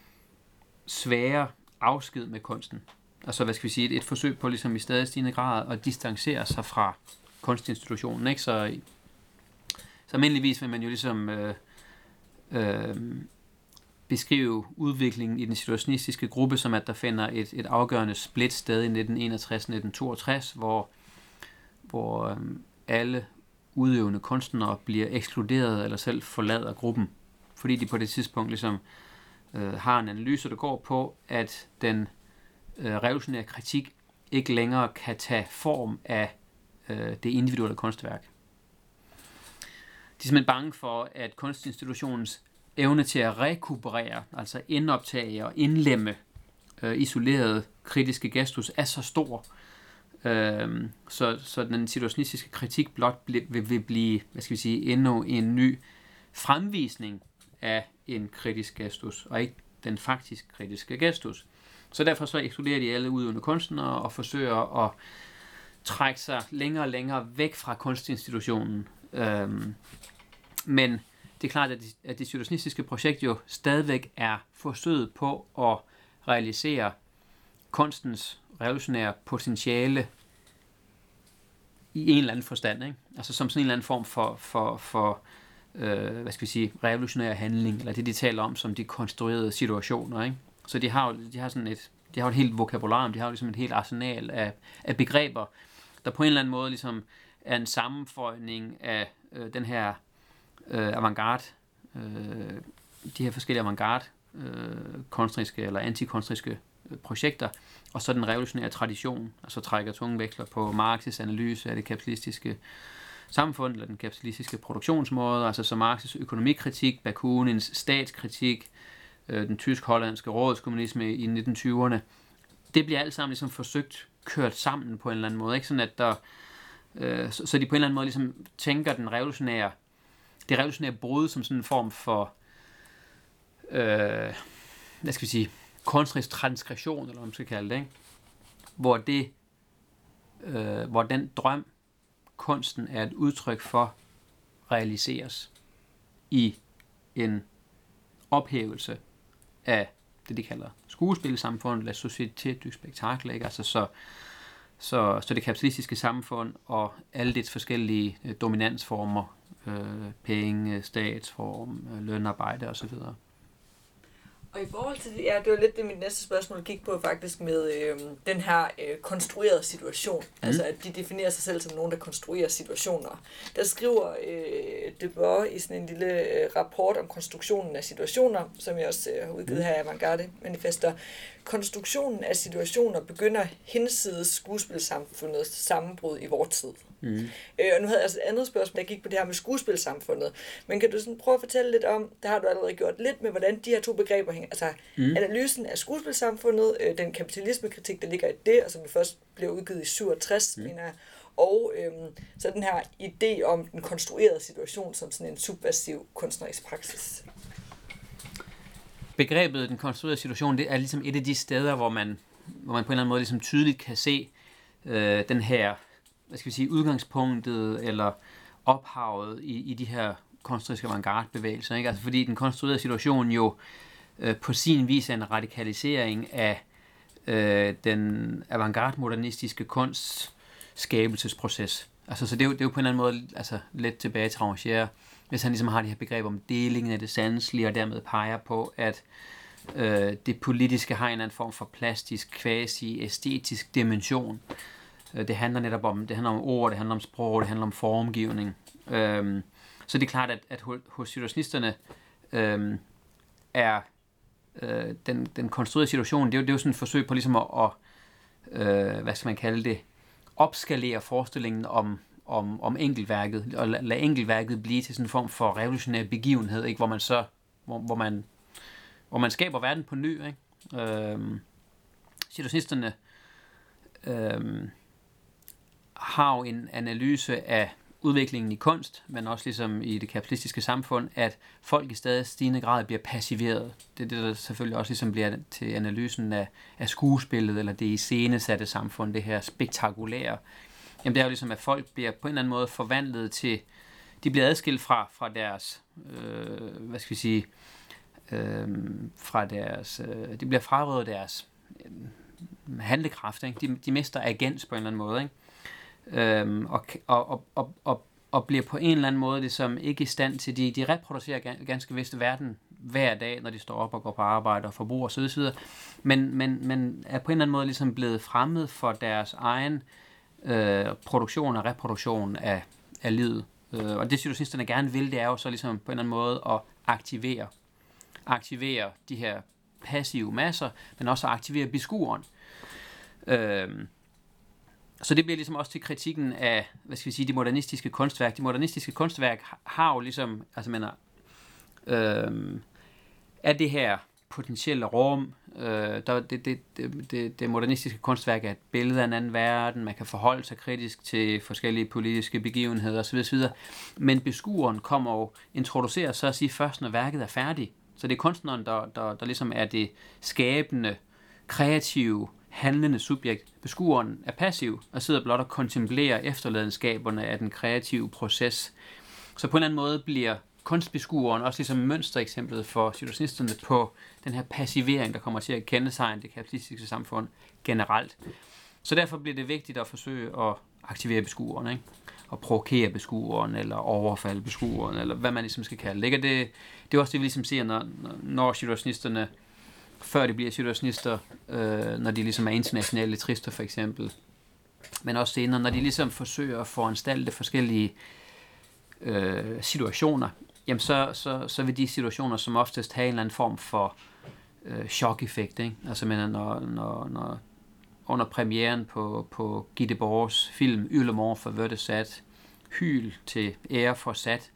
svære afsked med kunsten. Altså, hvad skal vi sige, et, et forsøg på ligesom i stadig stigende grad at distancere sig fra kunstinstitutionen, ikke? Så, så almindeligvis vil man jo ligesom øh, øh, beskrive udviklingen i den situationistiske gruppe som, at der finder et, et afgørende split sted i nitten enogtres til nitten toogtres, hvor, hvor øh, alle udøvende kunstnere bliver ekskluderet eller selv forlader gruppen, fordi de på det tidspunkt ligesom øh, har en analyse, der går på, at den øh, revolutionære kritik ikke længere kan tage form af øh, det individuelle kunstværk. De er simpelthen bange for, at kunstinstitutionens evne til at rekuperere, altså indoptage og indlemme øh, isolerede kritiske gestus, er så stor, øh, så, så den situationistiske kritik blot vil, vil, vil blive, hvad skal vi sige, endnu en ny fremvisning af en kritisk gestus, og ikke den faktisk kritiske gestus. Så derfor så ekskluderer de alle udøvende kunstnere og forsøger at trække sig længere og længere væk fra kunstinstitutionen. Øhm, men det er klart, at det, at det situationistiske projekt jo stadigvæk er forsøget på at realisere kunstens revolutionære potentiale i en eller anden forstand, ikke? Altså som sådan en eller anden form for, for, for øh, hvad skal vi sige, revolutionær handling, eller det de taler om som de konstruerede situationer, ikke? Så de har jo de har sådan et de har et helt vokabularium, de har jo ligesom et helt arsenal af, af begreber, der på en eller anden måde ligesom er en sammenføjning af øh, den her øh, avantgarde, øh, de her forskellige avantgarde øh, kunstneriske eller antikunstneriske øh, projekter, og så den revolutionære tradition, altså trækker tunge veksler på Marx's analyse af det kapitalistiske samfund, eller den kapitalistiske produktionsmåde, altså så Marx's økonomikritik, Bakunins statskritik, øh, den tysk-hollandske rådskommunisme i nitten tyverne, det bliver alt sammen ligesom forsøgt kørt sammen på en eller anden måde, ikke? Sådan at der, øh, så, så de på en eller anden måde ligesom tænker den revolutionære, det revolutionære brud som sådan en form for, øh, hvad skal vi sige, kunstnerisk transgression, eller hvad man skal kalde det, ikke? Hvor det, øh, hvor den drøm, kunsten er et udtryk for, realiseres i en ophævelse af det, de kalder skuespilsamfundet, eller société du spectacle, ikke? Altså så, så, så det kapitalistiske samfund og alle dets forskellige øh, dominansformer, øh, penge, statsform, øh, lønarbejde osv. Og i forhold til det, ja, det var lidt det, mit næste spørgsmål gik på faktisk med øh, den her øh, konstruerede situation. Mm. Altså at de definerer sig selv som nogen, der konstruerer situationer. Der skriver øh, Debord i sådan en lille øh, rapport om konstruktionen af situationer, som jeg også øh, har udgivet mm. her i Avantgarde Manifester. Konstruktionen af situationer begynder hinsides skuespilsamfundets sammenbrud i vores tid. Mm. Øh, og nu havde jeg altså et andet spørgsmål, der gik på det her med skuespilsamfundet. Men kan du sådan prøve at fortælle lidt om, der har du allerede gjort lidt med, hvordan de her to begreber hænger. Altså mm. analysen af skuespilsamfundet, øh, den kapitalismekritik, der ligger i det, og som det først blev udgivet i syvogtres, mm. mener jeg, og øh, så den her idé om den konstruerede situation som sådan en subversiv kunstnerisk praksis. Begrebet den konstruerede situation, det er ligesom et af de steder, hvor man, hvor man på en eller anden måde ligesom tydeligt kan se øh, den her, hvad skal vi sige, udgangspunktet eller ophavet i, i de her kunstneriske avantgarde-bevægelser, ikke? Altså fordi den konstruerede situation jo øh, på sin vis er en radikalisering af øh, den avantgarde-modernistiske kunstskabelsesproces. Altså så det er, jo, det er jo på en eller anden måde altså, lidt tilbage til Rancière, hvis han ligesom har de her begreber om delingen af det sanselige, og dermed peger på, at øh, det politiske har en eller anden form for plastisk, quasi-æstetisk dimension. Det handler netop om, det handler om ord, det handler om sprog, det handler om formgivning. Øhm, så det er klart, at, at hos situationisterne øhm, er øh, den, den konstruerede situation, det er, jo, det er jo sådan et forsøg på ligesom at, at øh, hvad skal man kalde det, opskalere forestillingen om, om, om enkeltværket, og lade lad enkeltværket blive til sådan en form for revolutionær begivenhed, ikke? Hvor man så, hvor, hvor, man, hvor man skaber verden på ny, ikke? Øhm, situationisterne øhm, har jo en analyse af udviklingen i kunst, men også ligesom i det kapitalistiske samfund, at folk i stadig stigende grad bliver passiveret. Det er det, der selvfølgelig også ligesom bliver til analysen af, af skuespillet, eller det iscenesatte samfund, det her spektakulære. Jamen det er jo ligesom, at folk bliver på en eller anden måde forvandlet til, de bliver adskilt fra, fra deres, øh, hvad skal vi sige, øh, fra deres, øh, de bliver frarøvet deres øh, handlekraft, ikke? De, de mister agens på en eller anden måde, ikke? Øhm, og, og, og, og, og bliver på en eller anden måde ligesom ikke i stand til, de, de reproducerer ganske vist verden hver dag, når de står op og går på arbejde og forbruger osv. osv. Men, men, men er på en eller anden måde ligesom blevet fremmed for deres egen øh, produktion og reproduktion af, af livet. Øh, og det situationisterne gerne vil, det er jo så ligesom på en eller anden måde at aktivere, aktivere de her passive masser, men også at aktivere beskueren. Øh, Så det bliver ligesom også til kritikken af, hvad skal vi sige, de modernistiske kunstværk. De modernistiske kunstværk har jo ligesom, altså mener, øh, er det her potentielle rum, øh, der, det, det, det, det modernistiske kunstværk er et billede af en anden verden, man kan forholde sig kritisk til forskellige politiske begivenheder osv. osv. Men beskueren kommer jo introducerer så at sige først, når værket er færdigt. Så det er kunstneren, der, der, der ligesom er det skabende, kreative, handlende subjekt. Beskueren er passiv og sidder blot og kontemplerer efterladenskaberne af den kreative proces. Så på en eller anden måde bliver kunstbeskueren også ligesom mønstereksemplet for situationisterne på den her passivering, der kommer til at kendetegne det kapitalistiske samfund generelt. Så derfor bliver det vigtigt at forsøge at aktivere beskueren, ikke? Og provokere beskueren, eller overfalde beskueren, eller hvad man ligesom skal kalde det. Det, det er også det, vi ligesom ser, når, når situationisterne før de bliver situationister, øh, når de ligesom er internationale lettrister for eksempel, men også senere, når de ligesom forsøger at foranstalte forskellige øh, situationer, jamen så, så, så vil de situationer som oftest have en eller anden form for øh, chok-effekt, ikke? Altså men når, når, når under premieren på, på Guy Debord's film Hyle mort for Vør de Sat, hyl til ære for Sat,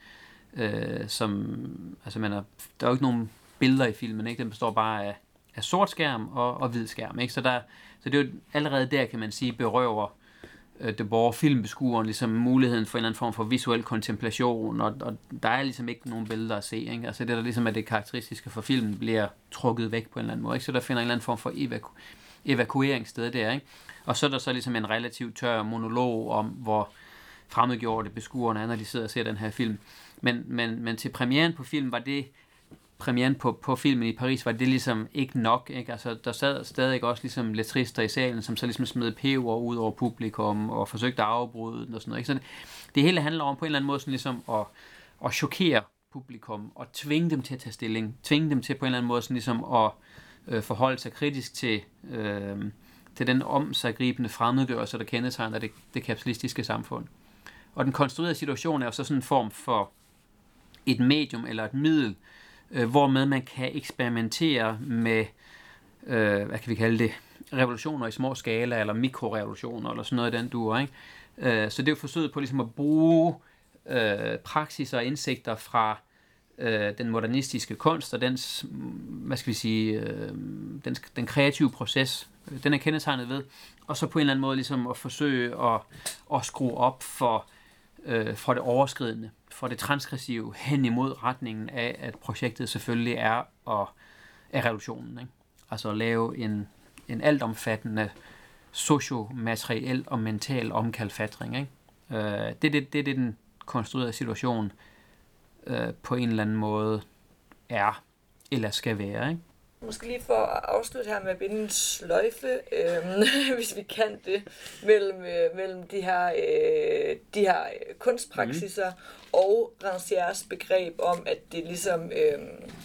øh, som, altså man er, der er jo ikke nogen billeder i filmen, ikke? Den består bare af af sort skærm og, og hvid skærm, ikke? Så, der, så det er jo allerede der, kan man sige, berøver øh, Debord filmbeskueren ligesom muligheden for en eller anden form for visuel kontemplation, og, og der er ligesom ikke nogen billeder at se, ikke? Altså det, der ligesom er det karakteristiske for filmen, bliver trukket væk på en eller anden måde, ikke? Så der finder en eller anden form for evaku- evakueringssted der, ikke? Og så er der så ligesom en relativt tør monolog om, hvor fremmedgjorte beskuerne er, når de sidder og ser den her film. Men, men, men til premieren på film var det premieren på, på filmen i Paris, var det ligesom ikke nok, ikke? Altså, der sad stadig også ligesom lettrister i salen, som så ligesom smed peber ud over publikum, og forsøgte at afbryde den og sådan noget, ikke? Så det, det hele handler om på en eller anden måde sådan ligesom at, at chokere publikum, og tvinge dem til at tage stilling, tvinge dem til på en eller anden måde sådan ligesom at øh, forholde sig kritisk til, øh, til den omsaggribende fremmedgørelse, der kendetegner det, det kapitalistiske samfund. Og den konstruerede situation er jo så sådan en form for et medium eller et middel, øh, hvormed man kan eksperimentere med, øh, hvad kan vi kalde det, revolutioner i små skala, eller mikrorevolutioner, eller sådan noget i den duer, ikke? Øh, så det er jo forsøget på ligesom at bruge øh, praksis og indsigter fra øh, den modernistiske kunst, og dens, hvad skal vi sige, øh, den, den kreative proces, den er kendetegnet ved, og så på en eller anden måde ligesom at forsøge at, at skrue op for, øh, for det overskridende, for det transgressive, hen imod retningen af, at projektet selvfølgelig er, at, er revolutionen, ikke? Altså at lave en, en altomfattende socio-materiel og mental omkalfatring, ikke? Øh, det, det, det er det, den konstruerede situation øh, på en eller anden måde er, eller skal være, ikke? Måske lige for at afslutte her med at binde en sløjfe, øh, hvis vi kan det, mellem, øh, mellem de her, øh, de her kunstpraksiser mm. og Rancières begreb om, at det ligesom, øh,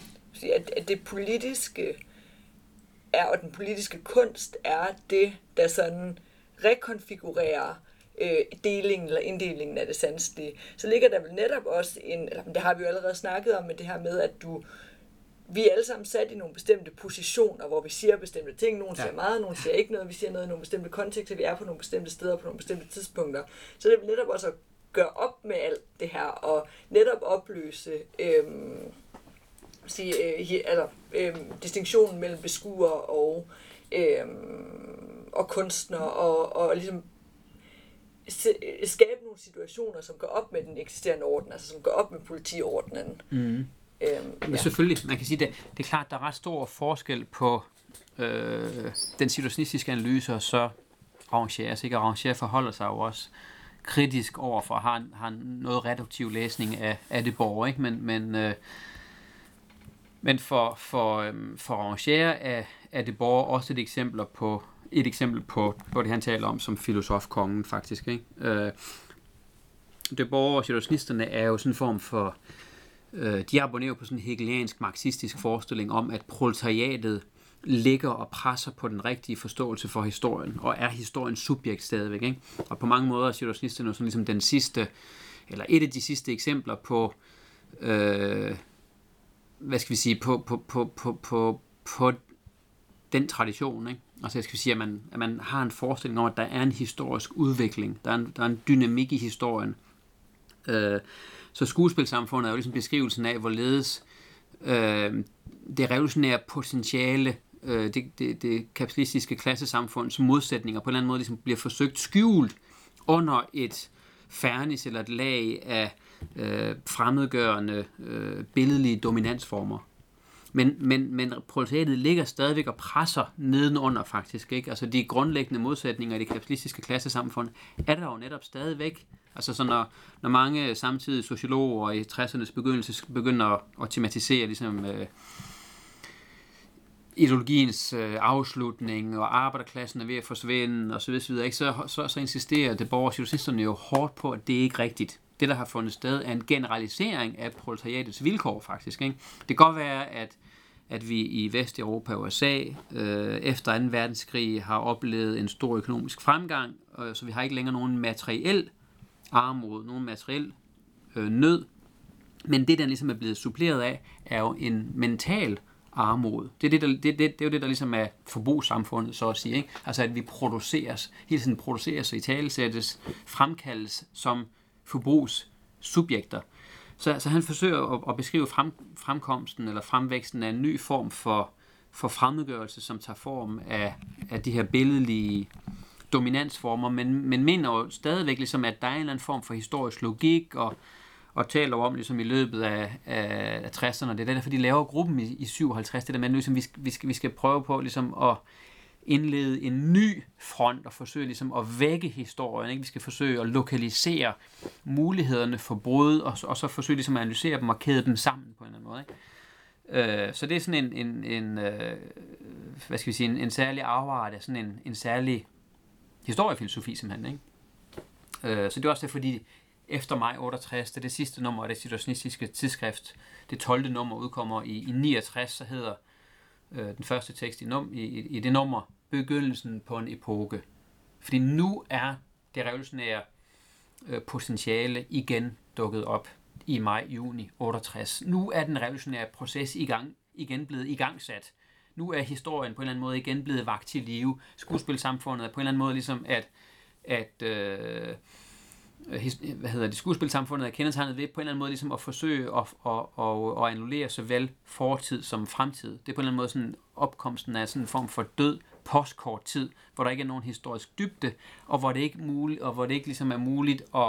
at, at det politiske er, og den politiske kunst er det, der sådan rekonfigurere øh, delingen eller inddelingen af det sanselige, så ligger der vel netop også en, eller det har vi jo allerede snakket om, med det her med, at du vi er alle sammen sat i nogle bestemte positioner, hvor vi siger bestemte ting. Nogle siger ja. meget, nogle siger ikke noget. Vi siger noget i nogle bestemte kontekster. Vi er på nogle bestemte steder på nogle bestemte tidspunkter. Så det er netop også at gøre op med alt det her, og netop opløse øhm, sige, øh, altså, øhm, distinktionen mellem beskuer og, øhm, og kunstner, og, og ligesom skabe nogle situationer, som går op med den eksisterende orden, altså som går op med politiordenen. Mm. Øhm, Men ja. Selvfølgelig, man kan sige, det, det er klart, der er ret stor forskel på øh, den situationistiske analyse, og så Rancière. Altså ikke, Rancière forholder sig jo også kritisk overfor, har, har noget reduktiv læsning af, af det borger, ikke? Men, men, øh, men for, for, øh, for Rancière er, er det borger også et eksempel på, et eksempel på, på det, han taler om som filosofkongen, faktisk, ikke? Øh, det borger og situationisterne er jo sådan en form for de abonnerer på sådan en hegeliansk marxistisk forestilling om, at proletariatet ligger og presser på den rigtige forståelse for historien, og er historiens subjekt stadigvæk, ikke? Og på mange måder er situationisterne sådan ligesom den sidste, eller et af de sidste eksempler på, øh, hvad skal vi sige, på, på, på, på, på, på den tradition, ikke? Altså jeg skal sige, at man, at man har en forestilling om, at der er en historisk udvikling, der er en, der er en dynamik i historien. Øh, Så skuespilsamfundet er jo ligesom beskrivelsen af, hvorledes øh, det revolutionære potentiale, øh, det, det, det kapitalistiske klassesamfunds modsætninger på en eller anden måde ligesom bliver forsøgt skjult under et fernis eller et lag af øh, fremmedgørende, øh, billedlige dominansformer. Men, men, men proletariatet ligger stadigvæk og presser nedenunder faktisk, ikke? Altså de grundlæggende modsætninger i det kapitalistiske klassesamfund er der jo netop stadigvæk. Altså så når, når mange samtidige sociologer i tressernes begyndelse begynder at, at tematisere ligesom, øh, ideologiens øh, afslutning, og arbejderklassen er ved at forsvinde, og så videre, ikke? Så, så, så insisterer det borger og socialisterne jo hårdt på, at det ikke er rigtigt. Det, der har fundet sted, er en generalisering af proletariatets vilkår, faktisk, ikke? Det kan godt være, at, at vi i Vesteuropa og U S A øh, efter anden verdenskrig har oplevet en stor økonomisk fremgang, øh, så vi har ikke længere nogen materiel armod, nogen materiel øh, nød. Men det, der ligesom er blevet suppleret af, er jo en mental armod. Det er, det, der, det, det, det er jo det, der ligesom er forbrugssamfundet, så at sige, ikke? Altså, at vi produceres, hele tiden produceres og italesættes, fremkaldes som forbrugssubjekter. Så, så han forsøger at, at beskrive frem, fremkomsten eller fremvæksten af en ny form for, for fremmedgørelse, som tager form af, af de her billedlige dominansformer, men, men mener jo stadigvæk, ligesom, at der er en eller anden form for historisk logik, og, og taler om ligesom, i løbet af, af, af tresserne, det er derfor, de laver gruppen i, i syvoghalvtreds, det der med, ligesom, vi, skal, vi, skal, vi skal prøve på ligesom, at indlede en ny front og forsøge ligesom, at vække historien. Ikke? Vi skal forsøge at lokalisere mulighederne for brud, og, og så forsøge ligesom, at analysere dem og kæde dem sammen på en eller anden måde. Ikke? Øh, så det er sådan en, en, en øh, hvad skal vi sige, en, en særlig afart af sådan en, en særlig historiefilosofi simpelthen, ikke? Øh, så det er også det, fordi efter maj otteogtres, det er det sidste nummer af det situationistiske tidsskrift, det tolvte nummer udkommer i, i niogtres, så hedder øh, den første tekst i, num, i, i det nummer begyndelsen på en epoke. Fordi nu er det revolutionære øh, potentiale igen dukket op i maj-juni otteogtres. Nu er den revolutionære proces i gang, igen blevet igangsat. Nu er historien på en eller anden måde igen blevet vakt til live. Skuespilsamfundet er på en eller anden måde ligesom, at, at øh, hvad hedder det, skuespilsamfundet er kendetegnet ved på en eller anden måde ligesom at forsøge at, at, at, at annullere såvel fortid som fremtid. Det er på en eller anden måde sådan opkomsten af sådan en form for død postkort tid, hvor der ikke er nogen historisk dybde, og hvor det ikke, muligt, og hvor det ikke ligesom er muligt at,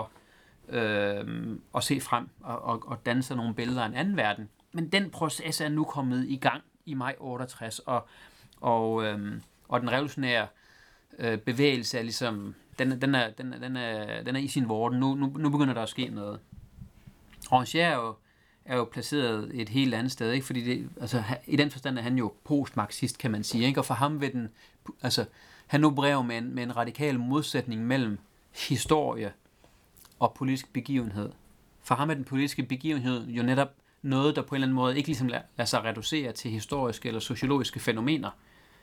øh, at se frem og, og, og danne sig nogle billeder af en anden verden. Men den proces er nu kommet i gang i maj otteogtres, og, og, øhm, og den revolutionære øh, bevægelse er ligesom, den, den, er, den, den, er, den er i sin vorden. Nu, nu, nu begynder der at ske noget. Rancière er jo, er jo placeret et helt andet sted, ikke? Fordi det, altså, i den forstand er han jo postmarxist, kan man sige, ikke? Og for ham vil den, altså, han opererer med en, med en radikal modsætning mellem historie og politisk begivenhed. For ham er den politiske begivenhed jo netop noget, der på en eller anden måde ikke ligesom lader sig reducere til historiske eller sociologiske fænomener.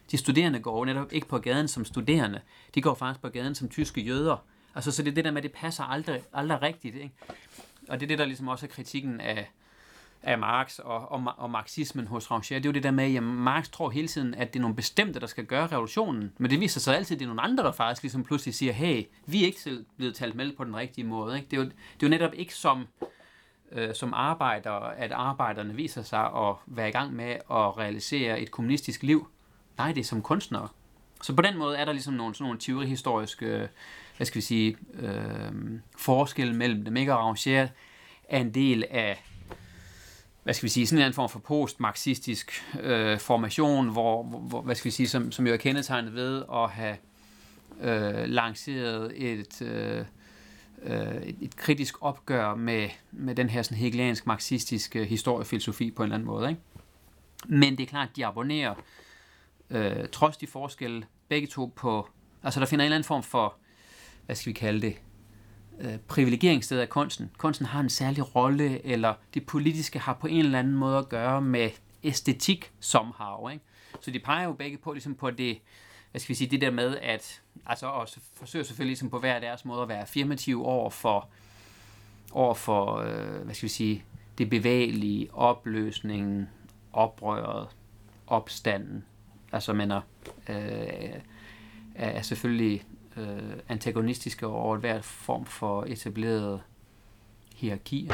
De studerende går jo netop ikke på gaden som studerende. De går faktisk på gaden som tyske jøder. Altså, så det er det der med, at det passer aldrig, aldrig rigtigt. Ikke? Og det er det, der ligesom også er kritikken af, af Marx og, og, og marxismen hos Rancière. Det er jo det der med, at Marx tror hele tiden, at det er nogle bestemte, der skal gøre revolutionen. Men det viser sig altid, at det er nogle andre, der faktisk ligesom pludselig siger, hey, vi er ikke selv blevet talt med på den rigtige måde. Ikke? Det, er jo, det er jo netop ikke som, øh, som arbejder, at arbejderne viser sig at være i gang med at realisere et kommunistisk liv. Nej, det er som kunstnere. Så på den måde er der ligesom nogle, sådan nogle teorihistoriske, hvad skal vi sige, øh, forskelle mellem dem. Ikke? Og Rancière er en del af, hvad skal vi sige, sådan en form for post-marxistisk øh, formation, hvor, hvor, hvad skal vi sige, som, som jo er kendetegnet ved at have øh, lanceret et, øh, et, et kritisk opgør med, med den her sådan hegeliansk-marxistiske historiefilosofi på en eller anden måde. Ikke? Men det er klart, at de abonnerer øh, trods de forskelle begge to på, altså der finder en eller anden form for, hvad skal vi kalde det, øh, privilegeringssted af kunsten. Kunsten har en særlig rolle, eller det politiske har på en eller anden måde at gøre med æstetik somehow, ikke? Så de peger jo begge på, ligesom på det, hvad skal vi sige, det der med, at, altså også forsøger selvfølgelig ligesom på hver deres måde at være affirmativ over for, over for øh, hvad skal vi sige, det bevægelige, opløsningen, oprøret, opstanden. Altså, mener, øh, er selvfølgelig øh, antagonistiske over hver form for etableret hierarki.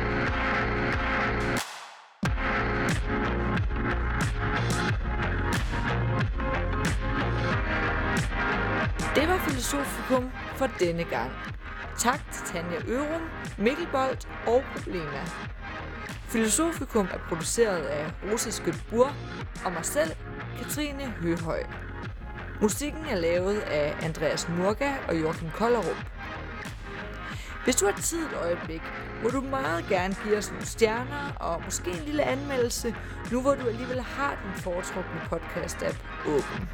Det var Filosofikum for denne gang. Tak til Tanja Ørum, Mikkel Bolt og Problema. Filosofikum er produceret af Rosa Skødt-Bur og mig selv, Katrine Høhøj. Musikken er lavet af Andreas Murga og Joachim Kollerup. Hvis du har tid et øjeblik, må du meget gerne give os nogle stjerner og måske en lille anmeldelse, nu hvor du alligevel har din foretrukne podcast-app åben.